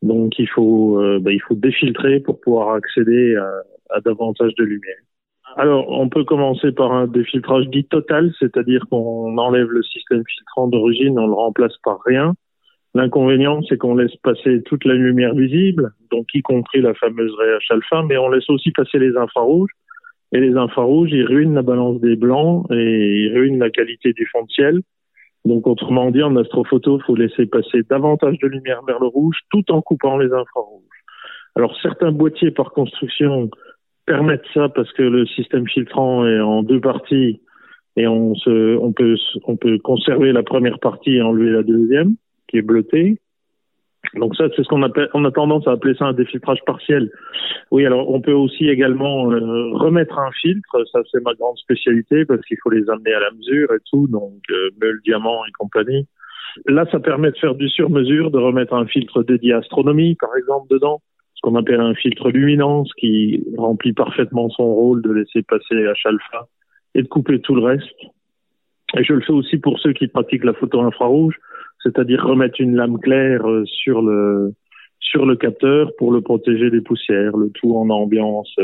Donc il faut défiltrer pour pouvoir accéder à davantage de lumière. Alors on peut commencer par un défiltrage dit total, c'est-à-dire qu'on enlève le système filtrant d'origine, on le remplace par rien. L'inconvénient, c'est qu'on laisse passer toute la lumière visible, donc y compris la fameuse REH alpha, mais on laisse aussi passer les infrarouges. Et les infrarouges, ils ruinent la balance des blancs et ils ruinent la qualité du fond de ciel. Donc, autrement dit, en astrophoto, il faut laisser passer davantage de lumière vers le rouge tout en coupant les infrarouges. Alors, certains boîtiers par construction permettent ça parce que le système filtrant est en 2 parties et on peut conserver la première partie et enlever la deuxième, qui est bleutée. Donc ça, c'est ce qu'on appelle, on a tendance à appeler ça un défiltrage partiel. Oui, alors on peut aussi également remettre un filtre, ça c'est ma grande spécialité parce qu'il faut les amener à la mesure et tout, donc meule, diamant et compagnie. Là, ça permet de faire du sur-mesure, de remettre un filtre dédié à astronomie, par exemple, dedans, ce qu'on appelle un filtre luminance qui remplit parfaitement son rôle de laisser passer H alpha et de couper tout le reste. Et je le fais aussi pour ceux qui pratiquent la photo infrarouge, c'est-à-dire remettre une lame claire sur le capteur pour le protéger des poussières, le tout en ambiance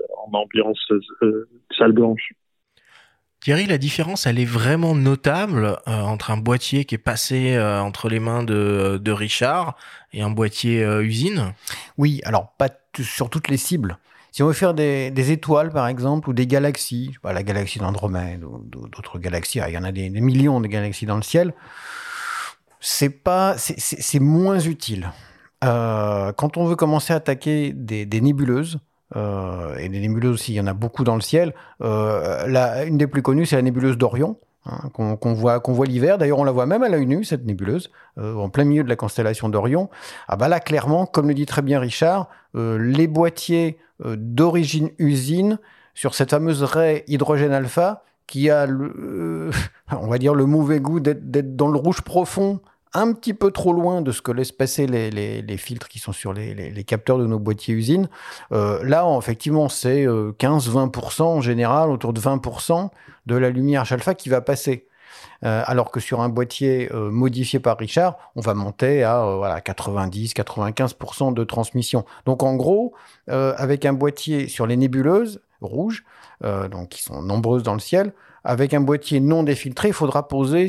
salle blanche. Thierry, la différence, elle est vraiment notable entre un boîtier qui est passé entre les mains de Richard et un boîtier usine. Oui, alors pas sur toutes les cibles. Si on veut faire des étoiles, par exemple, ou des galaxies, la galaxie d'Andromède ou d'autres galaxies, il y en a des millions de galaxies dans le ciel, c'est moins utile. Quand on veut commencer à attaquer des nébuleuses, et des nébuleuses aussi, il y en a beaucoup dans le ciel, une des plus connues, c'est la nébuleuse d'Orion, qu'on voit l'hiver. D'ailleurs, on la voit même à l'œil nu, cette nébuleuse, en plein milieu de la constellation d'Orion. Ah bah là, clairement, comme le dit très bien Richard, les boîtiers d'origine usine, sur cette fameuse raie hydrogène alpha, qui a, on va dire, le mauvais goût d'être dans le rouge profond, un petit peu trop loin de ce que laissent passer les filtres qui sont sur les capteurs de nos boîtiers usines. Là, effectivement, c'est 15-20% en général, autour de 20% de la lumière H alpha qui va passer. Alors que sur un boîtier modifié par Richard, on va monter à 90-95% de transmission. Donc en gros, avec un boîtier sur les nébuleuses rouges, donc qui sont nombreuses dans le ciel, avec un boîtier non défiltré, il faudra poser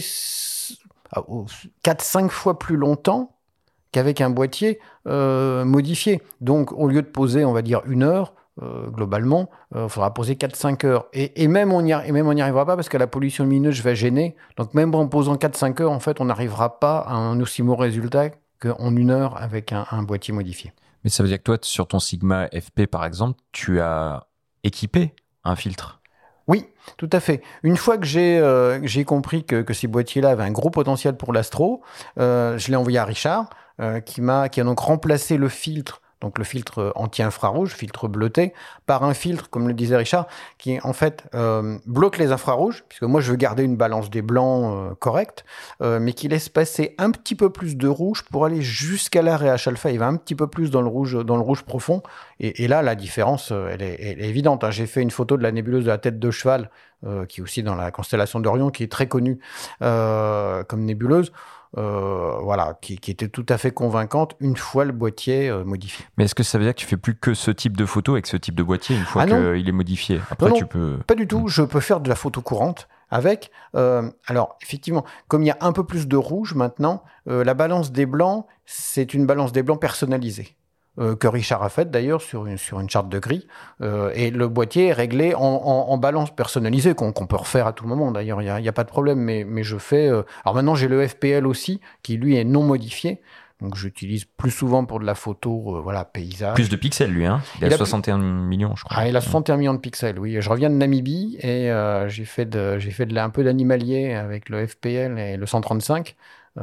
4-5 fois plus longtemps qu'avec un boîtier modifié. Donc au lieu de poser, on va dire 1 heure, globalement, il faudra poser 4-5 heures. Et même on n'y arrivera pas parce que la pollution lumineuse va gêner. Donc même en posant 4-5 heures, en fait, on n'arrivera pas à un aussi mauvais résultat qu'en 1 heure avec un boîtier modifié. Mais ça veut dire que toi, sur ton Sigma FP, par exemple, tu as équipé un filtre. Oui, tout à fait. Une fois que j'ai compris que ces boîtiers-là avaient un gros potentiel pour l'astro, je l'ai envoyé à Richard, qui a donc remplacé le filtre, donc le filtre anti-infrarouge, filtre bleuté, par un filtre, comme le disait Richard, qui en fait bloque les infrarouges, puisque moi je veux garder une balance des blancs correcte, mais qui laisse passer un petit peu plus de rouge pour aller jusqu'à la REH alpha. Il va un petit peu plus dans le rouge profond. Et là, la différence, elle est évidente. J'ai fait une photo de la nébuleuse de la tête de cheval, qui est aussi dans la constellation d'Orion, qui est très connue comme nébuleuse. Qui était tout à fait convaincante une fois le boîtier modifié. Mais est-ce que ça veut dire que tu fais plus que ce type de photo avec ce type de boîtier une fois qu'il est modifié? Après, non, tu peux... Pas du tout. Je peux faire de la photo courante avec. Alors, effectivement, comme il y a un peu plus de rouge maintenant, la balance des blancs, c'est une balance des blancs personnalisée. Que Richard a faite d'ailleurs sur une charte de gris, et le boîtier est réglé en balance personnalisée qu'on peut refaire à tout moment d'ailleurs, il y a pas de problème, mais je fais alors maintenant j'ai le FPL aussi qui lui est non modifié, donc j'utilise plus souvent pour de la photo paysage. Plus de pixels lui, hein. Il a 61 millions je crois. Il a 61 millions de pixels, oui. Je reviens de Namibie et j'ai fait un peu d'animalier avec le FPL et le 135.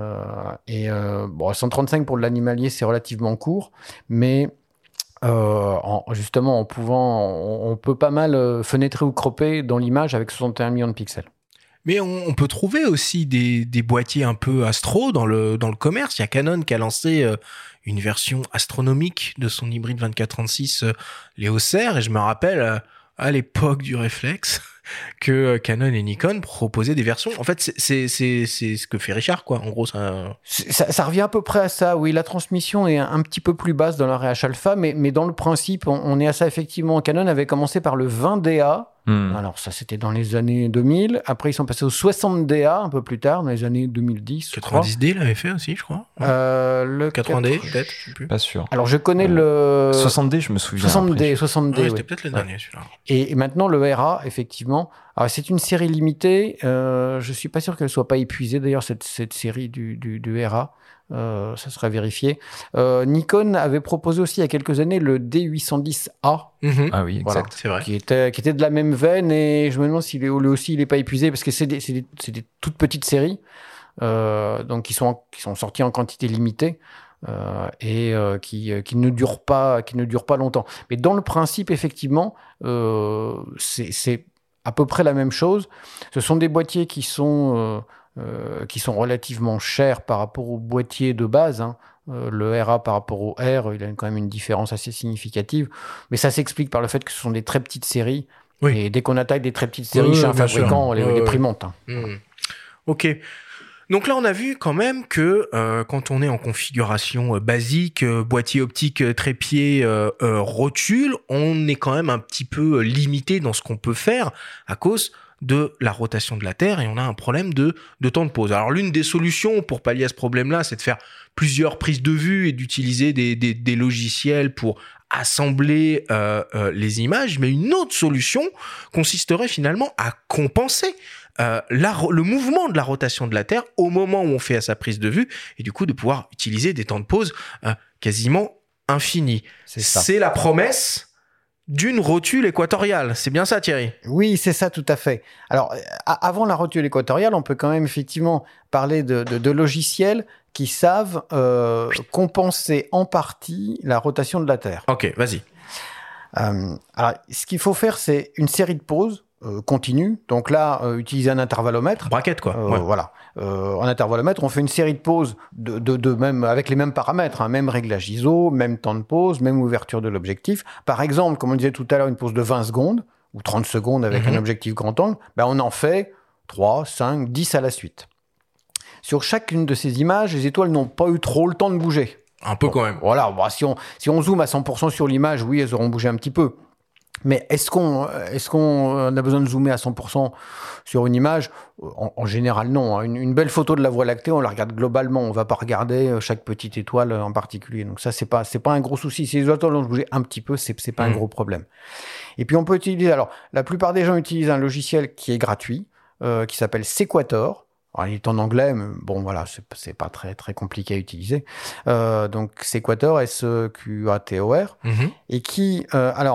135 pour de l'animalier, c'est relativement court, mais justement, on peut pas mal fenêtrer ou cropper dans l'image avec 61 millions de pixels. Mais on peut trouver aussi des boîtiers un peu astro dans le commerce. Il y a Canon qui a lancé une version astronomique de son hybride 24-36 Léo Serre, et je me rappelle à l'époque du réflexe, que Canon et Nikon proposaient des versions. En fait, c'est ce que fait Richard, quoi. En gros, ça revient à peu près à ça. Oui, la transmission est un petit peu plus basse dans la Réache Alpha, mais dans le principe, on est à ça effectivement. Canon avait commencé par le 20DA. Alors ça, c'était dans les années 2000. Après, ils sont passés au 60DA un peu plus tard, dans les années 2010. 90D l'avait fait aussi, je crois. Le 80D, peut-être, je sais plus. Pas sûr. Alors, je connais le 60D, je me souviens. 60D, ouais, 60D. c'était oui. peut-être le dernier, celui-là. Et maintenant, le RA, effectivement. Alors, c'est une série limitée. Je suis pas sûr qu'elle soit pas épuisée, d'ailleurs, cette série du RA. Ça serait vérifié. Nikon avait proposé aussi il y a quelques années le D810A. Ah oui, exact. Voilà, c'est vrai. Qui était de la même veine, et je me demande s'il est lui aussi il est pas épuisé, parce que c'est des toutes petites séries, donc qui sont sorties en quantité limitée. Et qui ne durent pas longtemps. Mais dans le principe, effectivement, c'est à peu près la même chose. Ce sont des boîtiers qui sont relativement chers par rapport aux boîtiers de base. Hein. Le RA par rapport au R, il a quand même une différence assez significative. Mais ça s'explique par le fait que ce sont des très petites séries. Oui. Et dès qu'on attaque des très petites séries chez un fabricant, on les prémonte. Hein. Ok. Donc là, on a vu quand même que quand on est en configuration basique, boîtier optique, trépied, rotule, on est quand même un petit peu limité dans ce qu'on peut faire à cause de la rotation de la Terre, et on a un problème de temps de pause. Alors l'une des solutions pour pallier à ce problème-là, c'est de faire plusieurs prises de vue et d'utiliser des logiciels pour assembler les images, mais une autre solution consisterait finalement à compenser le mouvement de la rotation de la Terre au moment où on fait à sa prise de vue, et du coup de pouvoir utiliser des temps de pause quasiment infinis. C'est la promesse d'une rotule équatoriale. C'est bien ça, Thierry? Oui, c'est ça, tout à fait. Alors, avant la rotule équatoriale, on peut quand même effectivement parler de logiciels qui savent compenser en partie la rotation de la Terre. Ok, vas-y. Alors, ce qu'il faut faire, c'est une série de pauses continue. Donc là, utiliser un intervallomètre. Braquette, quoi. Ouais. Voilà. En intervallomètre, on fait une série de pauses même, avec les mêmes paramètres, hein, même réglage ISO, même temps de pause, même ouverture de l'objectif. Par exemple, comme on disait tout à l'heure, une pause de 20 secondes ou 30 secondes avec un objectif grand angle, ben on en fait 3, 5, 10 à la suite. Sur chacune de ces images, les étoiles n'ont pas eu trop le temps de bouger. Un peu quand même. Voilà. Bon, si on zoome à 100% sur l'image, oui, elles auront bougé un petit peu. Mais est-ce qu'on a besoin de zoomer à 100% sur une image ? En général, non. Une belle photo de la Voie lactée, on la regarde globalement. On ne va pas regarder chaque petite étoile en particulier. Donc ça, c'est pas un gros souci. Si les étoiles ont bougé un petit peu, c'est pas un gros problème. Et puis on peut utiliser. Alors, la plupart des gens utilisent un logiciel qui est gratuit, qui s'appelle Sequator. Alors, il est en anglais, mais bon, voilà, c'est pas très très compliqué à utiliser. Donc Sequator, S-E-Q-A-T-O-R, et qui,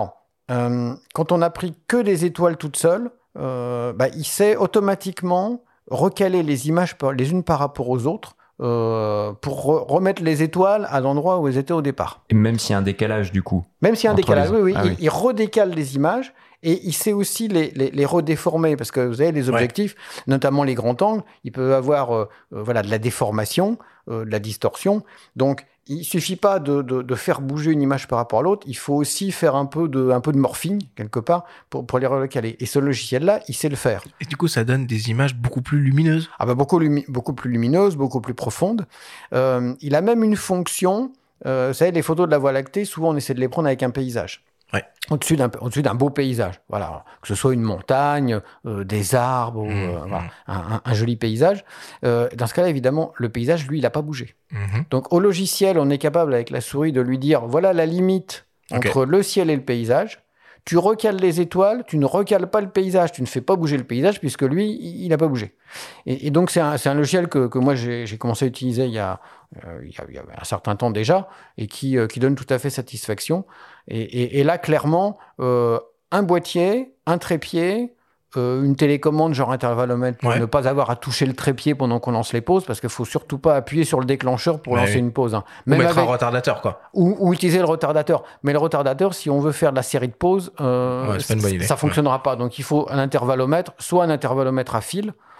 quand on a pris que des étoiles toutes seules, il sait automatiquement recaler les images les unes par rapport aux autres pour remettre les étoiles à l'endroit où elles étaient au départ. Et même s'il y a un décalage, du coup. Même s'il y a un décalage, oui. Ah, il redécale les images. Et il sait aussi les redéformer, parce que vous avez les objectifs, notamment les grands angles, ils peuvent avoir de la déformation, de la distorsion. Donc, il suffit pas de faire bouger une image par rapport à l'autre, il faut aussi faire un peu de morphing, quelque part, pour les recaler. Et ce logiciel-là, il sait le faire. Et du coup, ça donne des images beaucoup plus lumineuses. Ah bah beaucoup plus lumineuses, beaucoup plus profondes. Il a même une fonction, vous savez, les photos de la Voie lactée, souvent on essaie de les prendre avec un paysage. Ouais. Au-dessus d'un beau paysage, voilà, que ce soit une montagne, des arbres, un joli paysage. Dans ce cas-là, évidemment, le paysage, lui, il n'a pas bougé. Donc, au logiciel, on est capable, avec la souris, de lui dire, voilà la limite entre le ciel et le paysage. Tu recales les étoiles, tu ne recales pas le paysage, tu ne fais pas bouger le paysage, puisque lui, il n'a pas bougé. Et donc, c'est un logiciel que moi, j'ai commencé à utiliser il y a un certain temps déjà, et qui donne tout à fait satisfaction. Et là, clairement, un boîtier, un trépied, une télécommande genre intervallomètre pour ne pas avoir à toucher le trépied pendant qu'on lance les pauses, parce qu'il ne faut surtout pas appuyer sur le déclencheur pour lancer une pause. Hein. Même ou mettre un retardateur, quoi. Ou utiliser le retardateur. Mais le retardateur, si on veut faire de la série de pauses, ça ne fonctionnera pas. Donc il faut un intervallomètre, soit un intervallomètre à fil,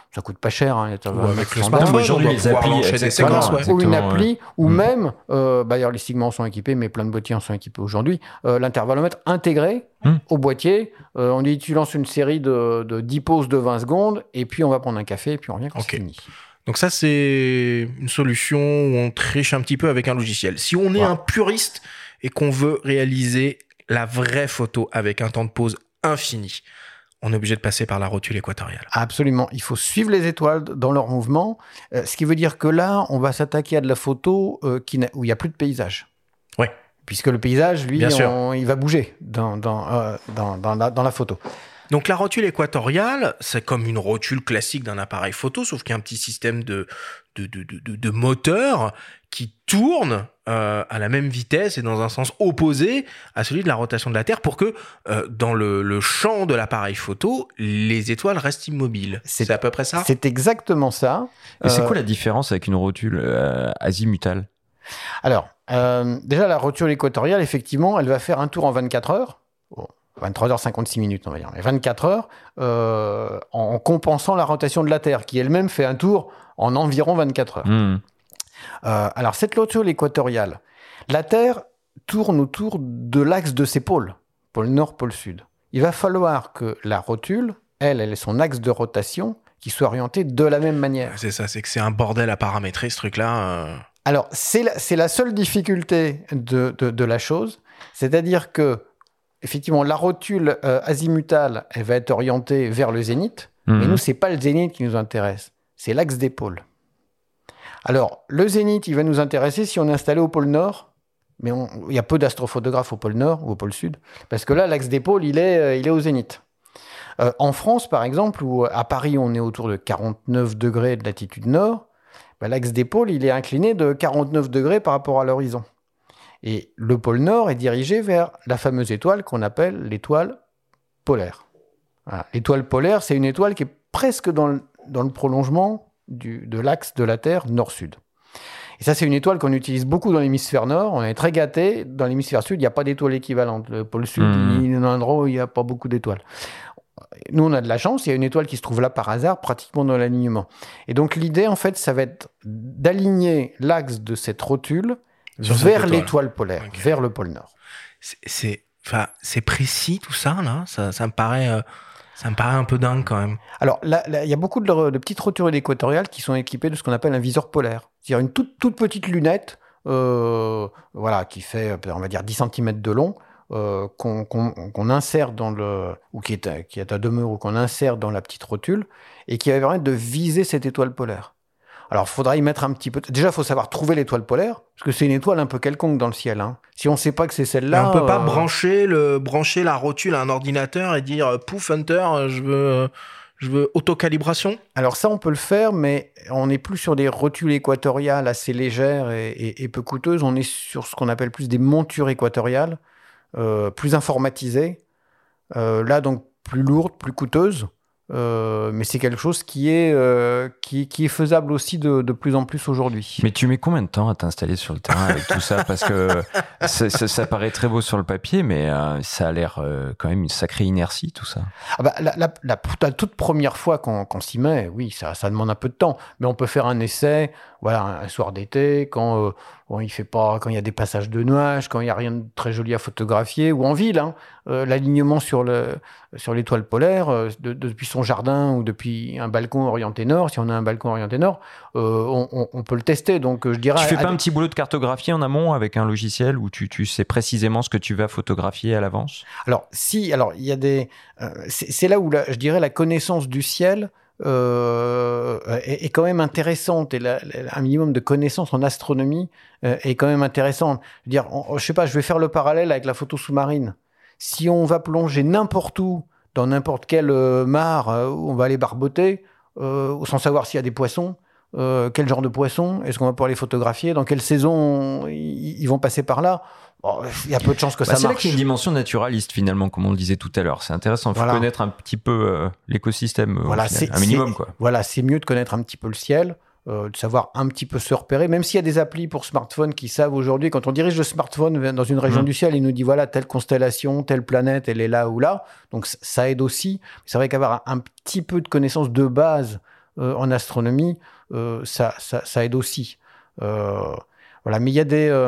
Ça coûte pas cher. Hein, avec le standard. smartphone, aujourd'hui, les applis, des séquences, ouais. Ou une appli, ou Mm. même, d'ailleurs les Sigma en sont équipés, mais plein de boîtiers en sont équipés aujourd'hui, l'intervallomètre intégré au boîtier. On dit tu lances une série de 10 pauses de 20 secondes, et puis on va prendre un café, et puis on revient quand c'est fini. Donc ça, c'est une solution où on triche un petit peu avec un logiciel. Si on est un puriste et qu'on veut réaliser la vraie photo avec un temps de pause infini, on est obligé de passer par la rotule équatoriale. Absolument. Il faut suivre les étoiles dans leur mouvement, ce qui veut dire que là, on va s'attaquer à de la photo où il n'y a plus de paysage. Ouais. Puisque le paysage, lui, Bien sûr. il va bouger dans la photo. Donc la rotule équatoriale, c'est comme une rotule classique d'un appareil photo, sauf qu'il y a un petit système de moteur qui tourne à la même vitesse et dans un sens opposé à celui de la rotation de la Terre pour que dans le champ de l'appareil photo, les étoiles restent immobiles. C'est à peu près ça ? C'est exactement ça. Et c'est quoi la différence avec une rotule azimutale ? Alors, déjà, la rotule équatoriale, effectivement, elle va faire un tour en 24 heures. Bon, 23h56 minutes, on va dire. Mais 24 heures en compensant la rotation de la Terre, qui elle-même fait un tour en environ 24 heures. Alors, cette rotule équatoriale, la Terre tourne autour de l'axe de ses pôles, pôle nord, pôle sud. Il va falloir que la rotule, elle ait son axe de rotation qui soit orienté de la même manière. C'est ça, c'est que c'est un bordel à paramétrer, ce truc-là. Alors, c'est la seule difficulté de la chose, c'est-à-dire que effectivement, la rotule azimutale, elle va être orientée vers le zénith, mais nous, c'est pas le zénith qui nous intéresse, c'est l'axe des pôles. Alors, le zénith, il va nous intéresser si on est installé au pôle nord, mais il y a peu d'astrophotographes au pôle nord ou au pôle sud, parce que là, l'axe des pôles, il est au zénith. En France, par exemple, ou à Paris, on est autour de 49 degrés de latitude nord, l'axe des pôles, il est incliné de 49 degrés par rapport à l'horizon. Et le pôle Nord est dirigé vers la fameuse étoile qu'on appelle l'étoile polaire. Voilà. L'étoile polaire, c'est une étoile qui est presque dans le prolongement de l'axe de la Terre nord-sud. Et ça, c'est une étoile qu'on utilise beaucoup dans l'hémisphère nord. On est très gâtés. Dans l'hémisphère sud, il n'y a pas d'étoile équivalente. Le pôle sud, il y a un endroit où il n'y a pas beaucoup d'étoiles. Nous, on a de la chance. Il y a une étoile qui se trouve là par hasard, pratiquement dans l'alignement. Et donc, l'idée, en fait, ça va être d'aligner l'axe de cette rotule vers l'étoile polaire, vers le pôle Nord. C'est précis tout ça, là. Ça me paraît un peu dingue quand même. Alors, il y a beaucoup de petites rotules équatoriales qui sont équipées de ce qu'on appelle un viseur polaire. C'est-à-dire une toute petite lunette qui fait, on va dire, 10 cm de long, qu'on insère dans qui est à demeure, ou qu'on insère dans la petite rotule, et qui va permettre de viser cette étoile polaire. Alors, il faudra y mettre un petit peu... Déjà, il faut savoir trouver l'étoile polaire, parce que c'est une étoile un peu quelconque dans le ciel. Hein. Si on ne sait pas que c'est celle-là... Mais on ne peut pas brancher la rotule à un ordinateur et dire « Pouf, Hunter, je veux autocalibration ». Alors ça, on peut le faire, mais on n'est plus sur des rotules équatoriales assez légères et peu coûteuses. On est sur ce qu'on appelle plus des montures équatoriales, plus informatisées. Là, donc, plus lourdes, plus coûteuses. Mais c'est quelque chose qui est faisable aussi de plus en plus aujourd'hui. Mais tu mets combien de temps à t'installer sur le terrain avec tout ça ? Parce que ça paraît très beau sur le papier, mais ça a l'air quand même une sacrée inertie, tout ça. La toute première fois qu'on s'y met, oui, ça demande un peu de temps. Mais on peut faire un essai, un soir d'été, quand il y a des passages de nuages, quand il n'y a rien de très joli à photographier, ou en ville. L'alignement sur l'étoile polaire, depuis son jardin ou depuis un balcon orienté nord, si on a un balcon orienté nord, on peut le tester. Donc, je dirais... Tu fais pas un petit boulot de cartographie en amont avec un logiciel où tu sais précisément ce que tu vas photographier à l'avance ? Alors, il y a des... c'est là où, je dirais, la connaissance du ciel est quand même intéressante, et un minimum de connaissances en astronomie est quand même intéressante. Je veux dire, je sais pas, je vais faire le parallèle avec la photo sous-marine. Si on va plonger n'importe où, dans n'importe quelle mare où on va aller barboter, sans savoir s'il y a des poissons, quel genre de poissons, est-ce qu'on va pouvoir les photographier, dans quelle saison ils vont passer par là, il y a peu de chances que ça marche. C'est là qu'il y a une dimension naturaliste finalement, comme on le disait tout à l'heure. C'est intéressant, il faut connaître un petit peu l'écosystème, un minimum. C'est mieux de connaître un petit peu le ciel, de savoir un petit peu se repérer, même s'il y a des applis pour smartphone qui savent aujourd'hui, quand on dirige le smartphone dans une région du ciel, il nous dit voilà, telle constellation, telle planète, elle est là ou là, donc ça aide aussi. C'est vrai qu'avoir un petit peu de connaissance de base en astronomie, ça aide aussi. Voilà, mais il y a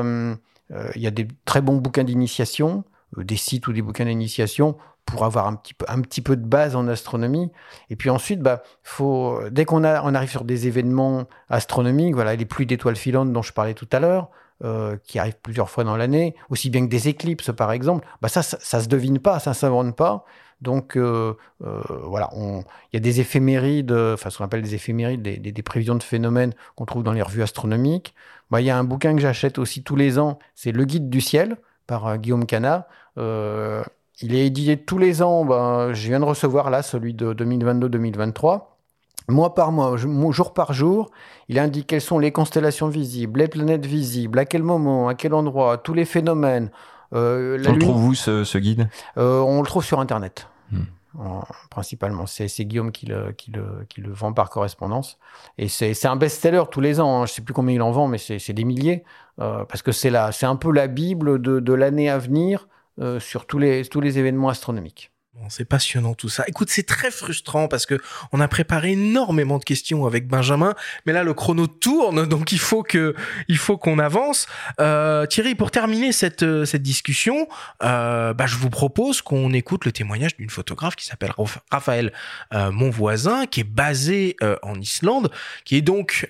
des très bons bouquins d'initiation, des sites ou des bouquins d'initiation pour avoir un petit peu de base en astronomie. Et puis ensuite, dès qu'on arrive sur des événements astronomiques, voilà, les pluies d'étoiles filantes dont je parlais tout à l'heure, qui arrivent plusieurs fois dans l'année, aussi bien que des éclipses par exemple, ça se devine pas, ça s'invente pas. Donc voilà, il y a des éphémérides, ce qu'on appelle des éphémérides, des prévisions de phénomènes qu'on trouve dans les revues astronomiques. Il y a un bouquin que j'achète aussi tous les ans, c'est Le Guide du ciel par Guillaume Canard. Il est édité tous les ans. Je viens de recevoir là celui de 2022-2023. Mois par mois, jour par jour, il indique quelles sont les constellations visibles, les planètes visibles, à quel moment, à quel endroit, tous les phénomènes. On le trouve où ce guide ? On le trouve sur Internet. Principalement, c'est Guillaume qui le vend par correspondance. Et c'est un best-seller tous les ans. Je ne sais plus combien il en vend, mais c'est des milliers. Parce que c'est un peu la Bible de l'année à venir sur tous les événements astronomiques. Bon, c'est passionnant tout ça. Écoute, c'est très frustrant parce que on a préparé énormément de questions avec Benjamin, mais là le chrono tourne, donc il faut qu'on avance. Thierry, pour terminer cette discussion, je vous propose qu'on écoute le témoignage d'une photographe qui s'appelle Raphaël Monvoisin, qui est basée en Islande, qui est donc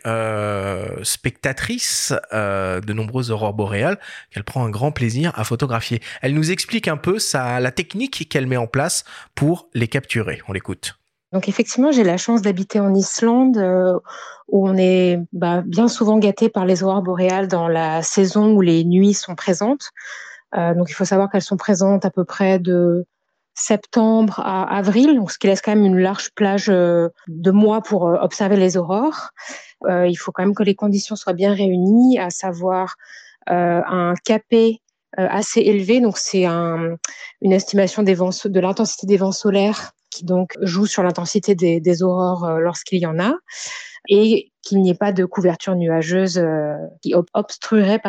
spectatrice de nombreuses aurores boréales, qu'elle prend un grand plaisir à photographier. Elle nous explique un peu la technique qu'elle met en place pour les capturer. On l'écoute. Donc effectivement, j'ai la chance d'habiter en Islande où on est bien souvent gâté par les aurores boréales dans la saison où les nuits sont présentes. Donc il faut savoir qu'elles sont présentes à peu près de septembre à avril, donc ce qui laisse quand même une large plage de mois pour observer les aurores. Il faut quand même que les conditions soient bien réunies, à savoir un KP assez élevé, donc c'est une estimation de l'intensité des vents solaires qui donc joue sur l'intensité des aurores lorsqu'il y en a, et qu'il n'y ait pas de couverture nuageuse qui obstruerait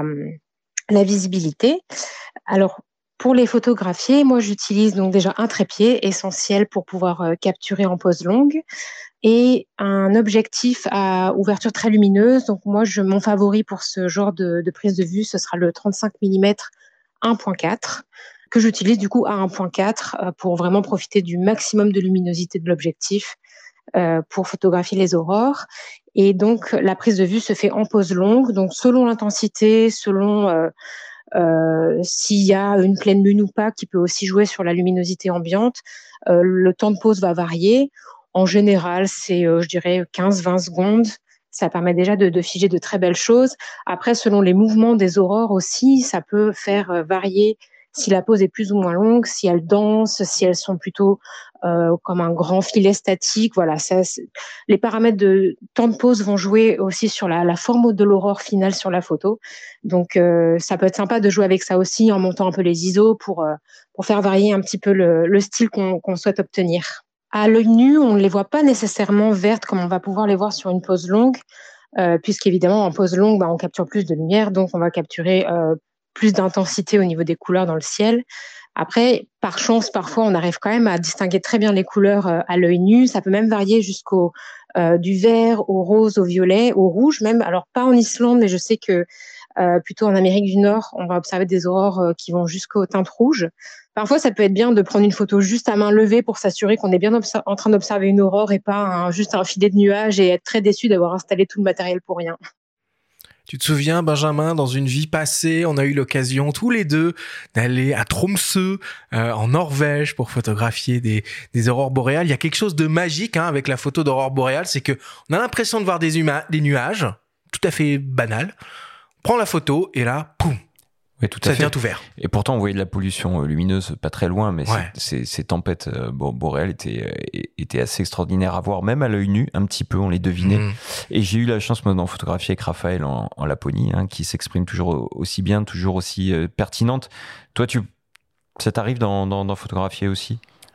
la visibilité. Alors pour les photographier, moi j'utilise donc déjà un trépied essentiel pour pouvoir capturer en pose longue, et un objectif à ouverture très lumineuse. Donc moi, mon favori pour ce genre de prise de vue, ce sera le 35 mm 1.4, que j'utilise du coup à 1.4 pour vraiment profiter du maximum de luminosité de l'objectif pour photographier les aurores. Et donc la prise de vue se fait en pose longue, donc selon l'intensité, selon s'il y a une pleine lune ou pas, qui peut aussi jouer sur la luminosité ambiante, le temps de pose va varier. En général, c'est, je dirais, 15-20 secondes. Ça permet déjà de figer de très belles choses. Après, selon les mouvements des aurores aussi, ça peut faire varier si la pose est plus ou moins longue, si elles dansent, si elles sont plutôt comme un grand filet statique. Voilà, les paramètres de temps de pose vont jouer aussi sur la forme de l'aurore finale sur la photo. Donc, ça peut être sympa de jouer avec ça aussi en montant un peu les ISO pour faire varier un petit peu le style qu'on souhaite obtenir. À l'œil nu, on ne les voit pas nécessairement vertes comme on va pouvoir les voir sur une pose longue, puisqu'évidemment, en pose longue, on capture plus de lumière, donc on va capturer plus d'intensité au niveau des couleurs dans le ciel. Après, par chance, parfois, on arrive quand même à distinguer très bien les couleurs à l'œil nu. Ça peut même varier jusqu'au du vert, au rose, au violet, au rouge même. Alors, pas en Islande, mais je sais que plutôt en Amérique du Nord, on va observer des aurores qui vont jusqu'aux teintes rouges. Parfois, ça peut être bien de prendre une photo juste à main levée pour s'assurer qu'on est bien en train d'observer une aurore et pas juste un filet de nuages et être très déçu d'avoir installé tout le matériel pour rien. Tu te souviens, Benjamin, dans une vie passée, on a eu l'occasion tous les deux d'aller à Tromsø, en Norvège, pour photographier des aurores boréales. Il y a quelque chose de magique avec la photo d'aurore boréale, c'est que on a l'impression de voir des nuages, tout à fait banal. On prend la photo et là, poum, oui, tout à ça fait. devient tout vert. Et pourtant, on voyait de la pollution lumineuse pas très loin, mais ouais. Ces tempêtes boréales étaient assez extraordinaires à voir, même à l'œil nu, un petit peu, on les devinait. Et j'ai eu la chance, moi, d'en photographier avec Raphaël en Laponie, qui s'exprime toujours aussi bien, toujours aussi pertinente. Toi, ça t'arrive d'en photographier aussi ?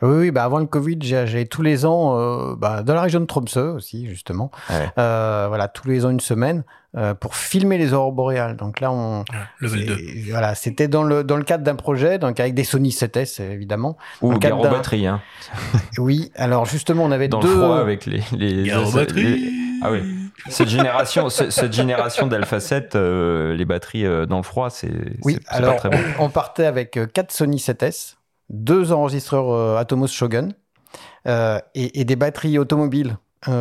Oui, avant le Covid, j'allais tous les ans dans la région de Tromsø aussi, justement. Ouais. Voilà, tous les ans une semaine pour filmer les aurores boréales. Donc là, level 2. Voilà, c'était dans le cadre d'un projet, donc avec des Sony 7S évidemment. Ou gare aux batteries. Hein. Oui, alors justement, on avait dans deux. Le froid avec les gare aux batteries. Ah oui. Cette génération d'Alpha 7, les batteries dans le froid, c'est alors, pas très bon. On partait avec 4 Sony 7S, 2 enregistreurs Atomos Shogun et des batteries automobiles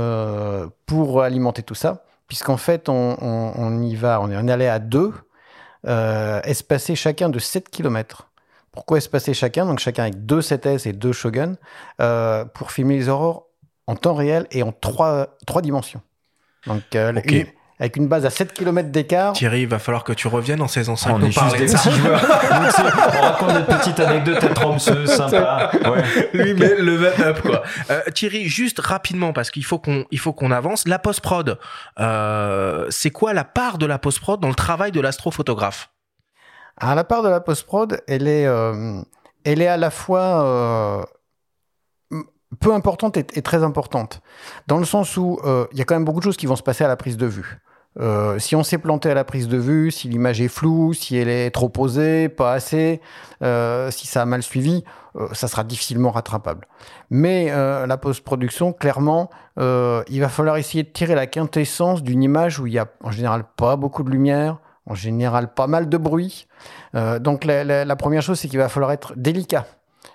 pour alimenter tout ça, puisqu'en fait, on est allé à 2, espacés chacun de 7 km. Pourquoi espacer chacun ? Donc chacun avec 2 7S et 2 Shogun pour filmer les aurores en temps réel et en 3 dimensions. Donc, avec une base à 7 km d'écart. Thierry, il va falloir que tu reviennes en saison 5 on nous est parler juste de ça. Petits joueurs. Donc, on raconte des petites anecdotes à Tromsø, sympa. Ouais. Lui met le level up, quoi. Thierry, juste rapidement, parce qu'il faut qu'on avance. La post-prod, c'est quoi la part de la post-prod dans le travail de l'astrophotographe ? Alors, la part de la post-prod, elle est à la fois peu importante et très importante, dans le sens où il y a quand même beaucoup de choses qui vont se passer à la prise de vue. Si on s'est planté à la prise de vue, si l'image est floue, si elle est trop posée, pas assez, si ça a mal suivi, ça sera difficilement rattrapable. Mais la post-production, clairement, il va falloir essayer de tirer la quintessence d'une image où il y a en général pas beaucoup de lumière, en général pas mal de bruit. Donc la première chose, c'est qu'il va falloir être délicat.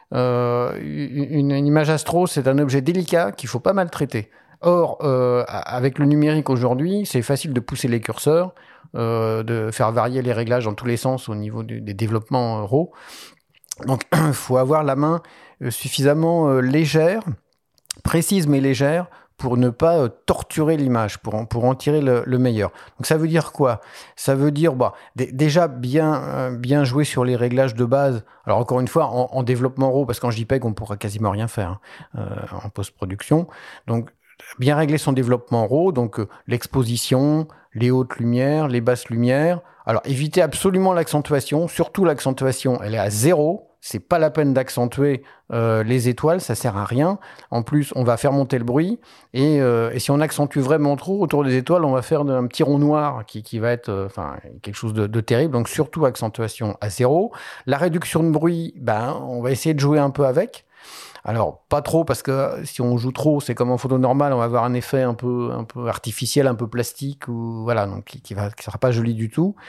Une image astro, c'est un objet délicat qu'il faut pas maltraiter. Or, avec le numérique aujourd'hui, c'est facile de pousser les curseurs, de faire varier les réglages dans tous les sens au niveau des développements RAW. Donc, il faut avoir la main suffisamment légère, précise mais légère, pour ne pas torturer l'image, pour en tirer le meilleur. Donc ça veut dire quoi ? Ça veut dire déjà bien jouer sur les réglages de base. Alors encore une fois, en développement RAW, parce qu'en JPEG, on pourra quasiment rien faire en post-production. Donc bien régler son développement RAW, donc l'exposition, les hautes lumières, les basses lumières. Alors éviter absolument l'accentuation, surtout l'accentuation, elle est à 0. C'est pas la peine d'accentuer les étoiles, ça sert à rien. En plus, on va faire monter le bruit et si on accentue vraiment trop autour des étoiles, on va faire un petit rond noir qui va être quelque chose de terrible. Donc surtout accentuation à 0. La réduction de bruit, on va essayer de jouer un peu avec. Alors pas trop, parce que si on joue trop, c'est comme en photo normale, on va avoir un effet un peu artificiel, un peu plastique, ou voilà, donc qui sera pas joli du tout.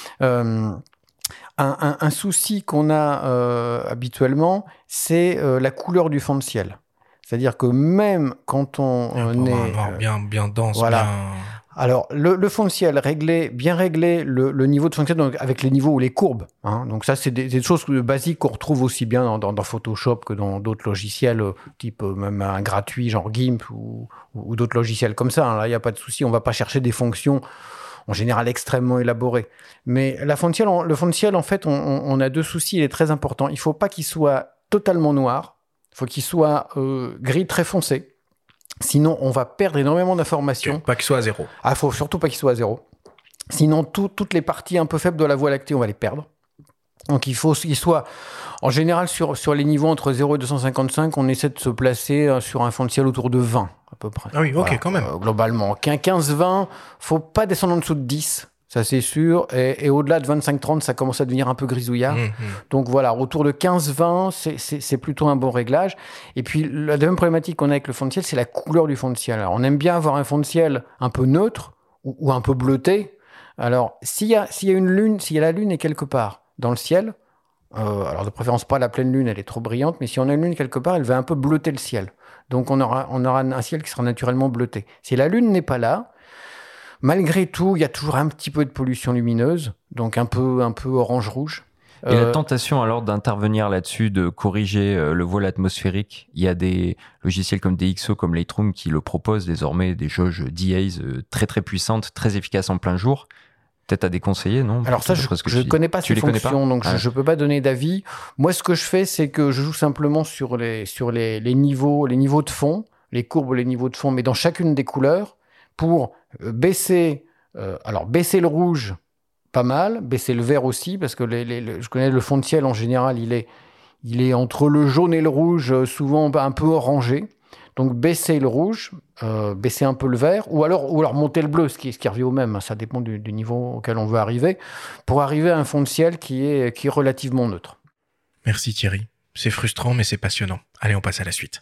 Un souci qu'on a habituellement, c'est la couleur du fond de ciel. C'est-à-dire que même quand on est... bien dense, voilà. bien... Alors, le fond de ciel, bien régler le niveau de fond de ciel, donc avec les niveaux ou les courbes. Donc ça, c'est des choses basiques qu'on retrouve aussi bien dans Photoshop que dans d'autres logiciels, type même un gratuit, genre GIMP ou d'autres logiciels comme ça. Là, il n'y a pas de souci, on ne va pas chercher des fonctions en général extrêmement élaborées. Mais le fond de ciel, en fait, on a deux soucis, il est très important. Il ne faut pas qu'il soit totalement noir, il faut qu'il soit gris très foncé. Sinon, on va perdre énormément d'informations. Okay, pas qu'il soit à 0. Ah, faut surtout pas qu'il soit à 0. Sinon, toutes les parties un peu faibles de la Voie lactée, on va les perdre. Donc, il faut qu'il soit, en général, sur les niveaux entre 0 et 255, on essaie de se placer sur un fond de ciel autour de 20, à peu près. Ah oui, ok, voilà, quand même. Globalement. 15-20, faut pas descendre en dessous de 10. Ça, c'est sûr. Et au-delà de 25-30, ça commence à devenir un peu grisouillard. Donc voilà, autour de 15-20, c'est plutôt un bon réglage. Et puis, la deuxième problématique qu'on a avec le fond de ciel, c'est la couleur du fond de ciel. Alors, on aime bien avoir un fond de ciel un peu neutre ou un peu bleuté. Alors, s'il y a la lune est quelque part dans le ciel, alors de préférence pas la pleine lune, elle est trop brillante, mais si on a une lune quelque part, elle va un peu bleuter le ciel. Donc, on aura un ciel qui sera naturellement bleuté. Si la lune n'est pas là, malgré tout, il y a toujours un petit peu de pollution lumineuse, donc un peu orange-rouge. Et la tentation alors d'intervenir là-dessus, de corriger le voile atmosphérique, il y a des logiciels comme DxO, comme Lightroom qui le proposent désormais, des jauges d'EAs très très puissantes, très efficaces en plein jour. Peut-être à déconseiller, non ? Alors ça, je ne connais pas ces fonctions, donc je ne peux pas donner d'avis. Moi, ce que je fais, c'est que je joue simplement sur les niveaux de fond, les courbes, les niveaux de fond, mais dans chacune des couleurs, pour baisser le rouge pas mal, baisser le vert aussi, parce que je connais le fond de ciel en général, il il est entre le jaune et le rouge, souvent un peu orangé. Donc baisser le rouge, baisser un peu le vert, ou alors monter le bleu, ce qui revient au même. Ça dépend du niveau auquel on veut arriver, pour arriver à un fond de ciel qui est relativement neutre. Merci Thierry. C'est frustrant, mais c'est passionnant. Allez, on passe à la suite.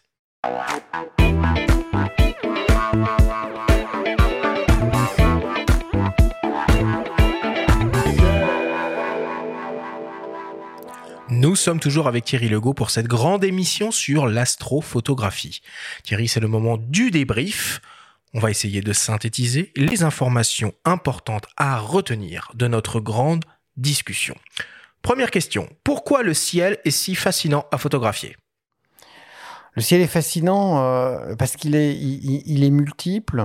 Nous sommes toujours avec Thierry Legault pour cette grande émission sur l'astrophotographie. Thierry, c'est le moment du débrief. On va essayer de synthétiser les informations importantes à retenir de notre grande discussion. Première question, pourquoi le ciel est si fascinant à photographier ? Le ciel est fascinant parce qu'il est multiple.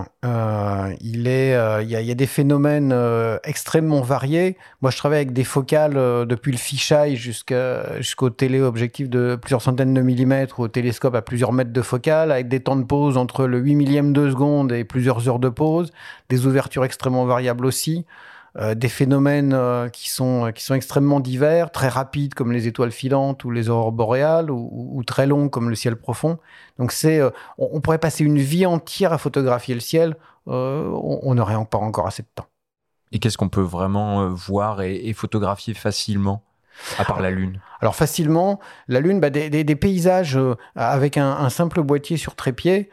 Il y a des phénomènes extrêmement variés. Moi, je travaille avec des focales depuis le fisheye jusqu'au téléobjectif de plusieurs centaines de millimètres ou au télescope à plusieurs mètres de focale, avec des temps de pause entre le 8 millième de seconde et plusieurs heures de pause, des ouvertures extrêmement variables aussi. Des phénomènes qui sont extrêmement divers, très rapides comme les étoiles filantes ou les aurores boréales, ou très longs comme le ciel profond. Donc on pourrait passer une vie entière à photographier le ciel, on n'aurait pas encore assez de temps. Et qu'est-ce qu'on peut vraiment voir et photographier facilement, à part la Lune ? Alors facilement, la Lune, des paysages avec un simple boîtier sur trépied,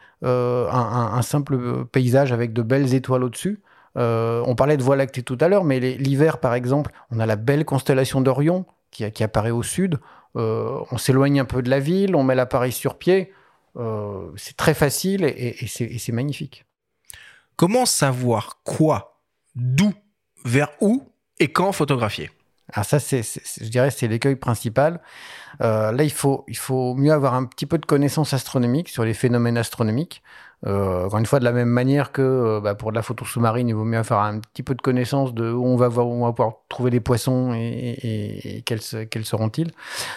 un simple paysage avec de belles étoiles au-dessus. On parlait de Voie lactée tout à l'heure, mais l'hiver, par exemple, on a la belle constellation d'Orion qui apparaît au sud. On s'éloigne un peu de la ville, on met l'appareil sur pied. C'est très facile et c'est magnifique. Comment savoir quoi, d'où, vers où et quand photographier ? Alors ça, je dirais, c'est l'écueil principal. Là, il faut mieux avoir un petit peu de connaissances astronomiques sur les phénomènes astronomiques. Encore une fois, de la même manière que pour de la photo sous-marine, il vaut mieux faire un petit peu de connaissance de où on va pouvoir trouver des poissons et quels seront-ils.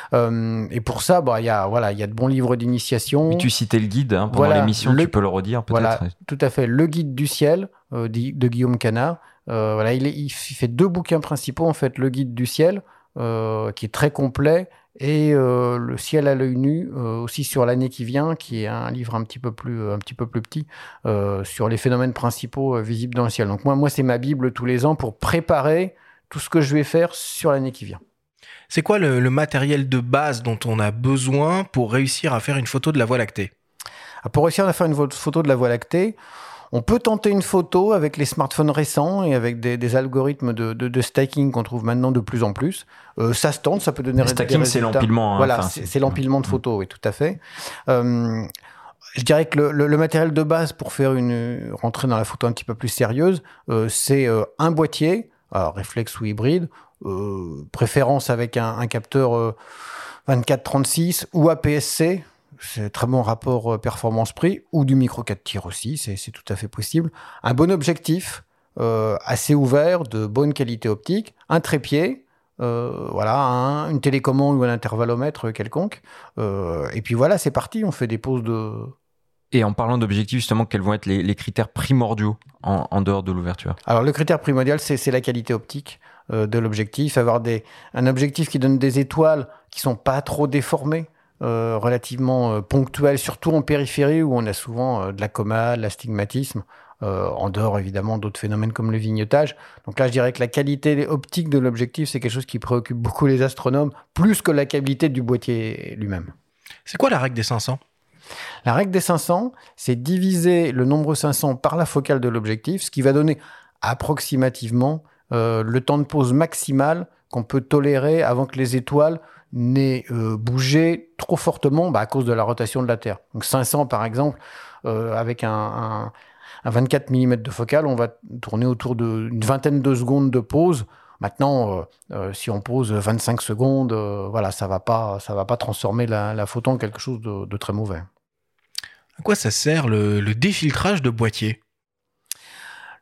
Et pour ça, il y a de bons livres d'initiation. Mais tu citais le guide pendant l'émission, tu peux le redire peut-être. Voilà, tout à fait. Le guide du ciel de Guillaume Canard. Il fait 2 bouquins principaux, en fait, le guide du ciel, qui est très complet, et le ciel à l'œil nu, aussi sur l'année qui vient, qui est un livre un petit peu plus petit, sur les phénomènes principaux visibles dans le ciel. Donc moi, c'est ma Bible tous les ans pour préparer tout ce que je vais faire sur l'année qui vient. C'est quoi le matériel de base dont on a besoin pour réussir à faire une photo de la Voie lactée ? Pour réussir à faire une photo de la Voie lactée, on peut tenter une photo avec les smartphones récents et avec des algorithmes de stacking qu'on trouve maintenant de plus en plus. Ça se tente, ça peut donner des résultats. Stacking, c'est l'empilement. Voilà, c'est l'empilement de photos, oui, tout à fait. Je dirais que le matériel de base pour rentrer dans la photo un petit peu plus sérieuse, c'est un boîtier, alors réflexe ou hybride, préférence avec un capteur 24-36 ou APS-C. C'est un très bon rapport performance-prix, ou du micro 4 tirs aussi, c'est tout à fait possible. Un bon objectif, assez ouvert, de bonne qualité optique, un trépied, une télécommande ou un intervallomètre quelconque. Et puis voilà, c'est parti, on fait des poses de... Et en parlant d'objectifs, justement, quels vont être les critères primordiaux en dehors de l'ouverture ? Alors le critère primordial, c'est la qualité optique de l'objectif. Avoir un objectif qui donne des étoiles qui sont pas trop déformées, relativement ponctuel, surtout en périphérie où on a souvent de la coma, de l'astigmatisme, en dehors évidemment d'autres phénomènes comme le vignettage. Donc là, je dirais que la qualité optique de l'objectif, c'est quelque chose qui préoccupe beaucoup les astronomes, plus que la qualité du boîtier lui-même. C'est quoi la règle des 500 ? La règle des 500, c'est diviser le nombre 500 par la focale de l'objectif, ce qui va donner approximativement le temps de pause maximal qu'on peut tolérer avant que les étoiles n'aient bougé trop fortement à cause de la rotation de la Terre. Donc 500 par exemple, avec un 24 mm de focale, on va tourner autour d'une vingtaine de secondes de pause. Maintenant, si on pose 25 secondes, ça va pas transformer la photo en quelque chose de très mauvais. À quoi ça sert le défiltrage de boîtier ?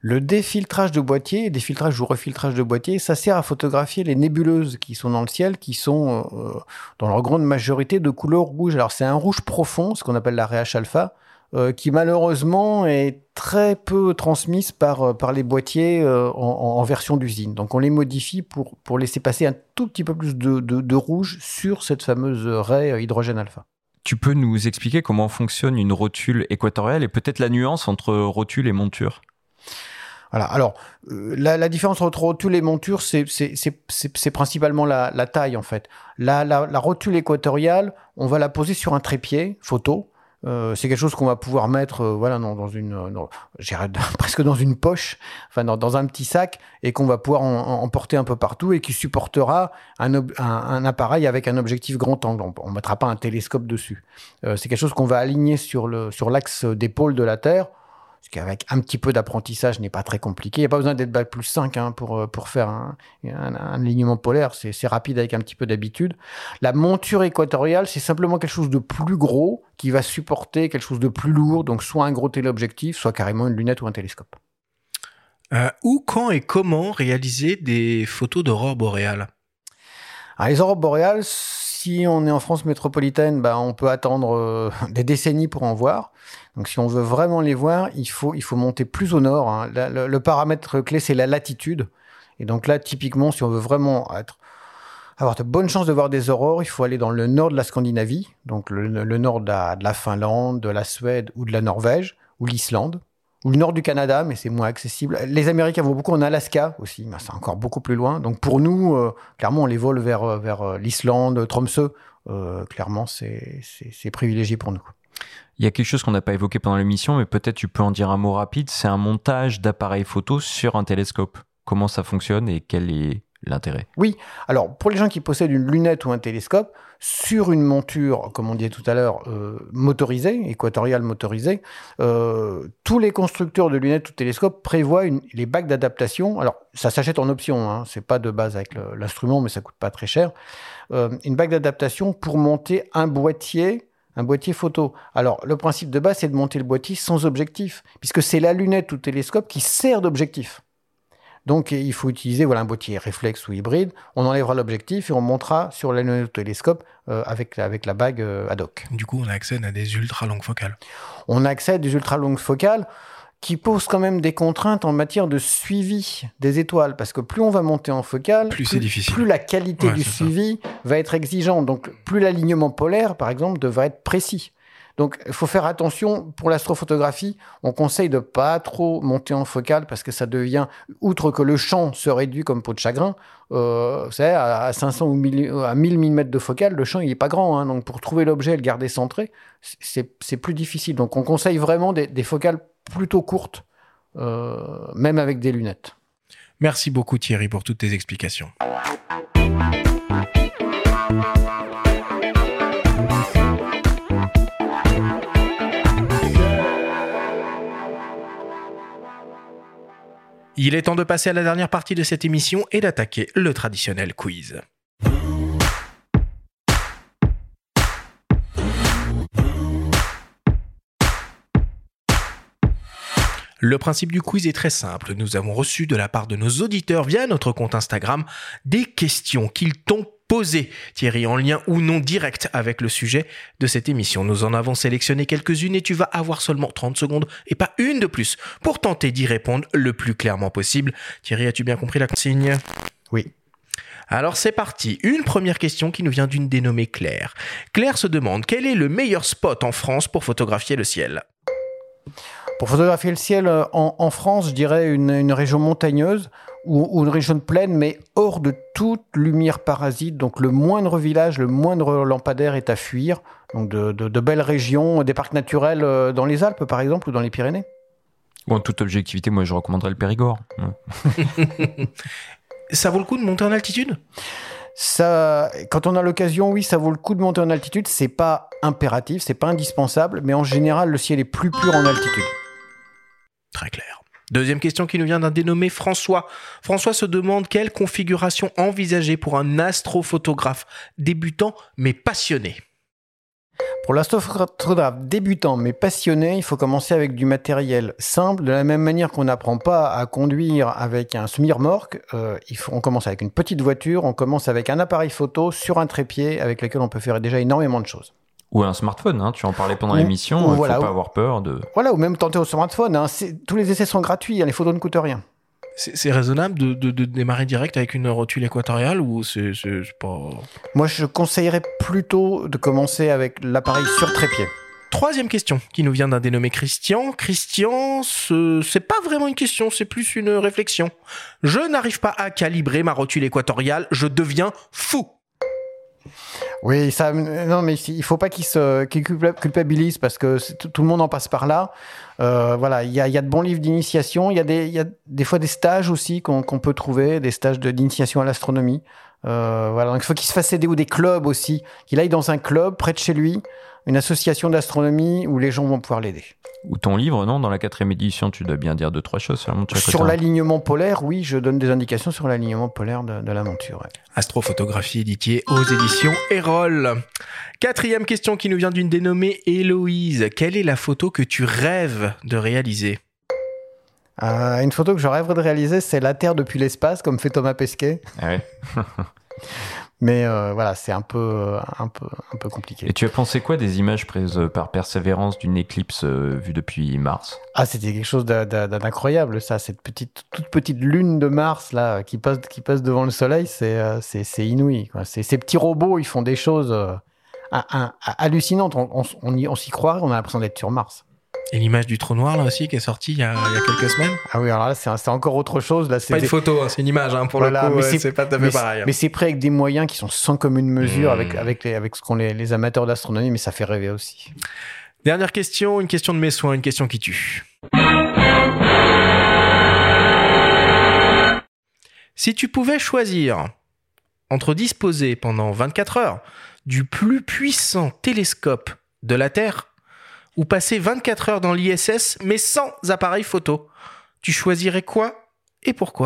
Le défiltrage de boîtier, défiltrage ou refiltrage de boîtier, ça sert à photographier les nébuleuses qui sont dans le ciel, qui sont dans leur grande majorité de couleur rouge. Alors c'est un rouge profond, ce qu'on appelle la REH alpha, qui malheureusement est très peu transmise par les boîtiers en version d'usine. Donc on les modifie pour laisser passer un tout petit peu plus de rouge sur cette fameuse raie hydrogène alpha. Tu peux nous expliquer comment fonctionne une rotule équatoriale et peut-être la nuance entre rotule et monture ? Voilà. Alors, la différence entre rotule et monture, c'est principalement la taille, en fait. La rotule équatoriale, on va la poser sur un trépied photo. C'est quelque chose qu'on va pouvoir mettre presque dans une poche, enfin dans un petit sac, et qu'on va pouvoir emporter un peu partout, et qui supportera un appareil avec un objectif grand angle. On ne mettra pas un télescope dessus. C'est quelque chose qu'on va aligner sur l'axe d'épaule de la Terre, ce qui, avec un petit peu d'apprentissage, n'est pas très compliqué. Il n'y a pas besoin d'être bac plus 5 pour faire un alignement polaire. C'est rapide avec un petit peu d'habitude. La monture équatoriale, c'est simplement quelque chose de plus gros qui va supporter quelque chose de plus lourd, donc soit un gros téléobjectif, soit carrément une lunette ou un télescope. Où, quand et comment réaliser des photos d'aurore boréale ? Alors, les aurores boréales, si on est en France métropolitaine, on peut attendre des décennies pour en voir. Donc, si on veut vraiment les voir, il faut monter plus au nord. Hein. Le paramètre clé, c'est la latitude. Et donc là, typiquement, si on veut vraiment avoir de bonnes chances de voir des aurores, il faut aller dans le nord de la Scandinavie, donc le nord de la Finlande, de la Suède ou de la Norvège, ou l'Islande, ou le nord du Canada, mais c'est moins accessible. Les Américains vont beaucoup en Alaska aussi, mais c'est encore beaucoup plus loin. Donc pour nous, clairement, on les vole vers l'Islande, Tromsø. Clairement, c'est privilégié pour nous. Il y a quelque chose qu'on n'a pas évoqué pendant l'émission, mais peut-être tu peux en dire un mot rapide. C'est un montage d'appareils photo sur un télescope. Comment ça fonctionne et quel est l'intérêt ? Oui, alors pour les gens qui possèdent une lunette ou un télescope, sur une monture, comme on disait tout à l'heure, motorisée, équatoriale motorisée, tous les constructeurs de lunettes ou de télescopes prévoient les bacs d'adaptation. Alors ça s'achète en option, hein, c'est pas de base avec l'instrument, mais ça coûte pas très cher. Une bac d'adaptation pour monter un boîtier photo. Alors, le principe de base, c'est de monter le boîtier sans objectif, puisque c'est la lunette ou le télescope qui sert d'objectif. Donc, il faut utiliser un boîtier réflexe ou hybride. On enlèvera l'objectif et on montera sur la lunette ou télescope avec la bague ad hoc. Du coup, on a accès à des ultra longues focales. On a accès à des ultra longues focales qui posent quand même des contraintes en matière de suivi des étoiles, parce que plus on va monter en focale, plus c'est difficile. Plus la qualité du suivi va être exigeante. Donc, plus l'alignement polaire, par exemple, devra être précis. Donc, il faut faire attention. Pour l'astrophotographie, on conseille de pas trop monter en focale parce que ça devient, outre que le champ se réduit comme peau de chagrin, vous savez, à 500 ou 1000 mm de focale, le champ, il est pas grand. Hein, donc, pour trouver l'objet et le garder centré, c'est plus difficile. Donc, on conseille vraiment des focales plutôt courtes, même avec des lunettes. Merci beaucoup Thierry pour toutes tes explications. Il est temps de passer à la dernière partie de cette émission et d'attaquer le traditionnel quiz. Le principe du quiz est très simple. Nous avons reçu de la part de nos auditeurs via notre compte Instagram des questions qu'ils t'ont posées, Thierry, en lien ou non direct avec le sujet de cette émission. Nous en avons sélectionné quelques-unes et tu vas avoir seulement 30 secondes et pas une de plus pour tenter d'y répondre le plus clairement possible. Thierry, as-tu bien compris la consigne ? Oui. Alors c'est parti. Une première question qui nous vient d'une dénommée Claire. Claire se demande quel est le meilleur spot en France pour photographier le ciel ? Pour photographier le ciel en France, je dirais une région montagneuse ou une région plaine, mais hors de toute lumière parasite. Donc le moindre village, le moindre lampadaire est à fuir. Donc de belles régions, des parcs naturels dans les Alpes par exemple ou dans les Pyrénées. Bon, en toute objectivité, moi je recommanderais le Périgord. Ça vaut le coup de monter en altitude ? Ça, quand on a l'occasion, oui, ça vaut le coup de monter en altitude. C'est pas impératif, c'est pas indispensable, mais en général, le ciel est plus pur en altitude. Très clair. Deuxième question qui nous vient d'un dénommé François. François se demande quelle configuration envisager pour un astrophotographe débutant mais passionné. Pour l'astrophotographe débutant mais passionné, il faut commencer avec du matériel simple. De la même manière qu'on n'apprend pas à conduire avec un semi-remorque, on commence avec une petite voiture, on commence avec un appareil photo sur un trépied avec lequel on peut faire déjà énormément de choses. Ou un smartphone, tu en parlais pendant l'émission, il ne faut pas avoir peur de... Voilà, ou même tenter au smartphone. Tous les essais sont gratuits, les photos ne coûtent rien. C'est raisonnable de démarrer direct avec une rotule équatoriale ou c'est pas... Moi, je conseillerais plutôt de commencer avec l'appareil sur trépied. Troisième question qui nous vient d'un dénommé Christian. Christian, c'est pas vraiment une question, c'est plus une réflexion. Je n'arrive pas à calibrer ma rotule équatoriale, je deviens fou. Oui, non, mais il faut pas qu'il culpabilise parce que tout le monde en passe par là. Voilà, il y a de bons livres d'initiation. Il y a des fois des stages aussi qu'on peut trouver, des stages d'initiation à l'astronomie. Voilà, donc il faut qu'il se fasse aider ou des clubs aussi, qu'il aille dans un club près de chez lui, une association d'astronomie où les gens vont pouvoir l'aider. Ou ton livre, non ? Dans la 4e édition, tu dois bien dire 2-3 choses sur la monture. Sur l'alignement polaire, oui, je donne des indications sur l'alignement polaire de la monture. Ouais. Astrophotographie éditiée aux éditions Erol. 4e question qui nous vient d'une dénommée Héloïse. Quelle est la photo que tu rêves de réaliser ? Une photo que je rêverais de réaliser, c'est la Terre depuis l'espace, comme fait Thomas Pesquet. Ah ouais. Mais voilà, c'est un peu compliqué. Et tu as pensé quoi des images prises par Persévérance d'une éclipse vue depuis Mars ? Ah, c'était quelque chose d'incroyable, ça. Cette toute petite lune de Mars là qui passe devant le Soleil, c'est inouï, quoi. Ces petits robots, ils font des choses hallucinantes. On s'y croirait, on a l'impression d'être sur Mars. Et l'image du trou noir là aussi qui est sortie il y a quelques semaines. Ah oui, alors là c'est encore autre chose. Là, c'est pas une photo, c'est une image pour le coup. C'est pas tout à fait pareil. Mais c'est pris avec des moyens qui sont sans commune mesure avec ce qu'ont les amateurs d'astronomie, mais ça fait rêver aussi. Dernière question, une question de mes soins, une question qui tue. Si tu pouvais choisir entre disposer pendant 24 heures du plus puissant télescope de la Terre ou passer 24 heures dans l'ISS, mais sans appareil photo, tu choisirais quoi et pourquoi ?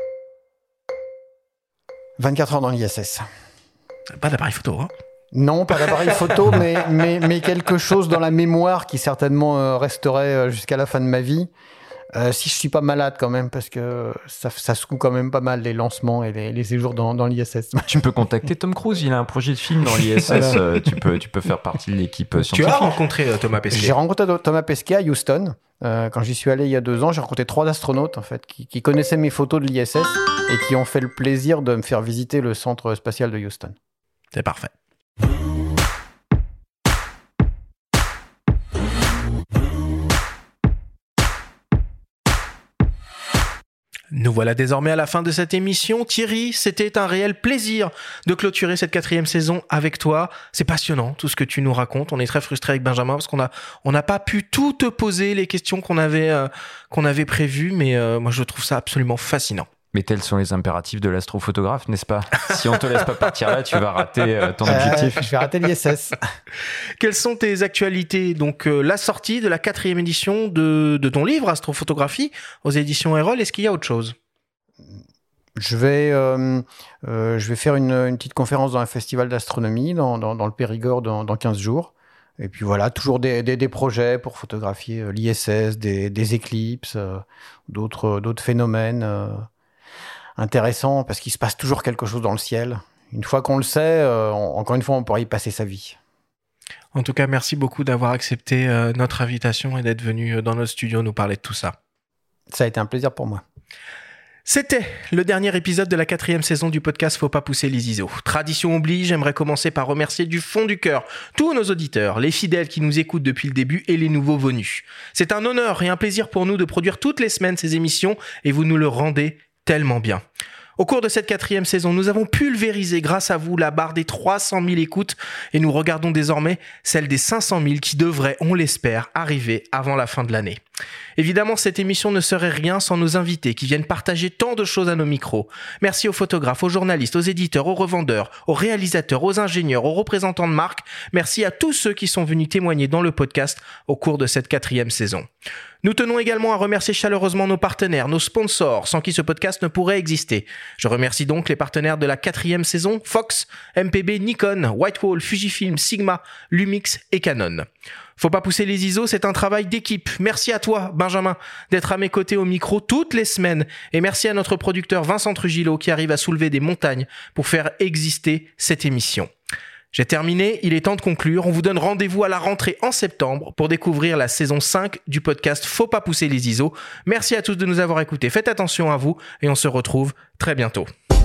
24 heures dans l'ISS. Pas d'appareil photo, hein ? Non, pas d'appareil photo, mais quelque chose dans la mémoire qui certainement resterait jusqu'à la fin de ma vie. Si je suis pas malade quand même, parce que ça secoue quand même pas mal les lancements et les séjours dans l'ISS. Tu peux contacter Tom Cruise, il a un projet de film dans l'ISS, tu peux faire partie de l'équipe scientifique. Tu as rencontré Thomas Pesquet ? J'ai rencontré Thomas Pesquet à Houston. Quand j'y suis allé il y a 2 ans, j'ai rencontré 3 astronautes en fait, qui connaissaient mes photos de l'ISS et qui ont fait le plaisir de me faire visiter le centre spatial de Houston. C'est parfait. Nous voilà désormais à la fin de cette émission. Thierry, c'était un réel plaisir de clôturer cette 4e saison avec toi. C'est passionnant tout ce que tu nous racontes. On est très frustrés avec Benjamin parce qu'on n'a pas pu tout te poser les questions qu'on avait prévues, mais moi je trouve ça absolument fascinant. Mais tels sont les impératifs de l'astrophotographe, n'est-ce pas ? Si on te laisse pas partir là, tu vas rater ton objectif. Je vais rater l'ISS. Quelles sont tes actualités ? Donc, la sortie de la 4e édition de ton livre, Astrophotographie, aux éditions Erol. Est-ce qu'il y a autre chose ? Je vais faire une petite conférence dans un festival d'astronomie dans le Périgord dans 15 jours. Et puis voilà, toujours des projets pour photographier l'ISS, des éclipses, d'autres phénomènes intéressant parce qu'il se passe toujours quelque chose dans le ciel. Une fois qu'on le sait, encore une fois, on pourra y passer sa vie. En tout cas, merci beaucoup d'avoir accepté notre invitation et d'être venu dans notre studio nous parler de tout ça. Ça a été un plaisir pour moi. C'était le dernier épisode de la 4e saison du podcast Faut pas pousser les ISO. Tradition oblige, j'aimerais commencer par remercier du fond du cœur tous nos auditeurs, les fidèles qui nous écoutent depuis le début et les nouveaux venus. C'est un honneur et un plaisir pour nous de produire toutes les semaines ces émissions et vous nous le rendez tellement bien. Au cours de cette 4e saison, nous avons pulvérisé grâce à vous la barre des 300 000 écoutes et nous regardons désormais celle des 500 000 qui devraient, on l'espère, arriver avant la fin de l'année. Évidemment, cette émission ne serait rien sans nos invités qui viennent partager tant de choses à nos micros. Merci aux photographes, aux journalistes, aux éditeurs, aux revendeurs, aux réalisateurs, aux ingénieurs, aux représentants de marque. Merci à tous ceux qui sont venus témoigner dans le podcast au cours de cette 4e saison. Nous tenons également à remercier chaleureusement nos partenaires, nos sponsors, sans qui ce podcast ne pourrait exister. Je remercie donc les partenaires de la 4e saison, Fox, MPB, Nikon, Whitewall, Fujifilm, Sigma, Lumix et Canon. Faut pas pousser les ISO, c'est un travail d'équipe. Merci à toi, Benjamin, d'être à mes côtés au micro toutes les semaines. Et merci à notre producteur Vincent Trujillo qui arrive à soulever des montagnes pour faire exister cette émission. J'ai terminé, il est temps de conclure. On vous donne rendez-vous à la rentrée en septembre pour découvrir la saison 5 du podcast Faut pas pousser les ISO. Merci à tous de nous avoir écoutés. Faites attention à vous et on se retrouve très bientôt.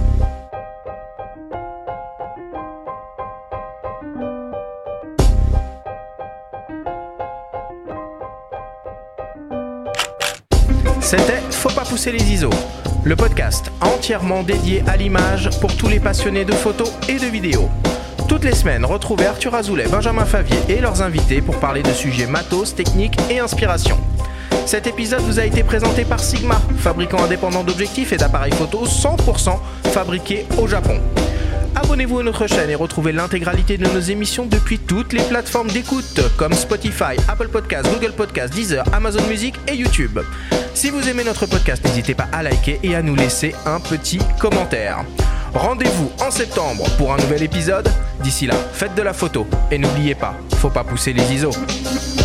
C'était Faut pas pousser les ISO, le podcast entièrement dédié à l'image pour tous les passionnés de photos et de vidéos. Toutes les semaines, retrouvez Arthur Azoulay, Benjamin Favier et leurs invités pour parler de sujets matos, techniques et inspiration. Cet épisode vous a été présenté par Sigma, fabricant indépendant d'objectifs et d'appareils photo 100% fabriqués au Japon. Abonnez-vous à notre chaîne et retrouvez l'intégralité de nos émissions depuis toutes les plateformes d'écoute comme Spotify, Apple Podcasts, Google Podcasts, Deezer, Amazon Music et YouTube. Si vous aimez notre podcast, n'hésitez pas à liker et à nous laisser un petit commentaire. Rendez-vous en septembre pour un nouvel épisode. D'ici là, faites de la photo et n'oubliez pas, faut pas pousser les ISO.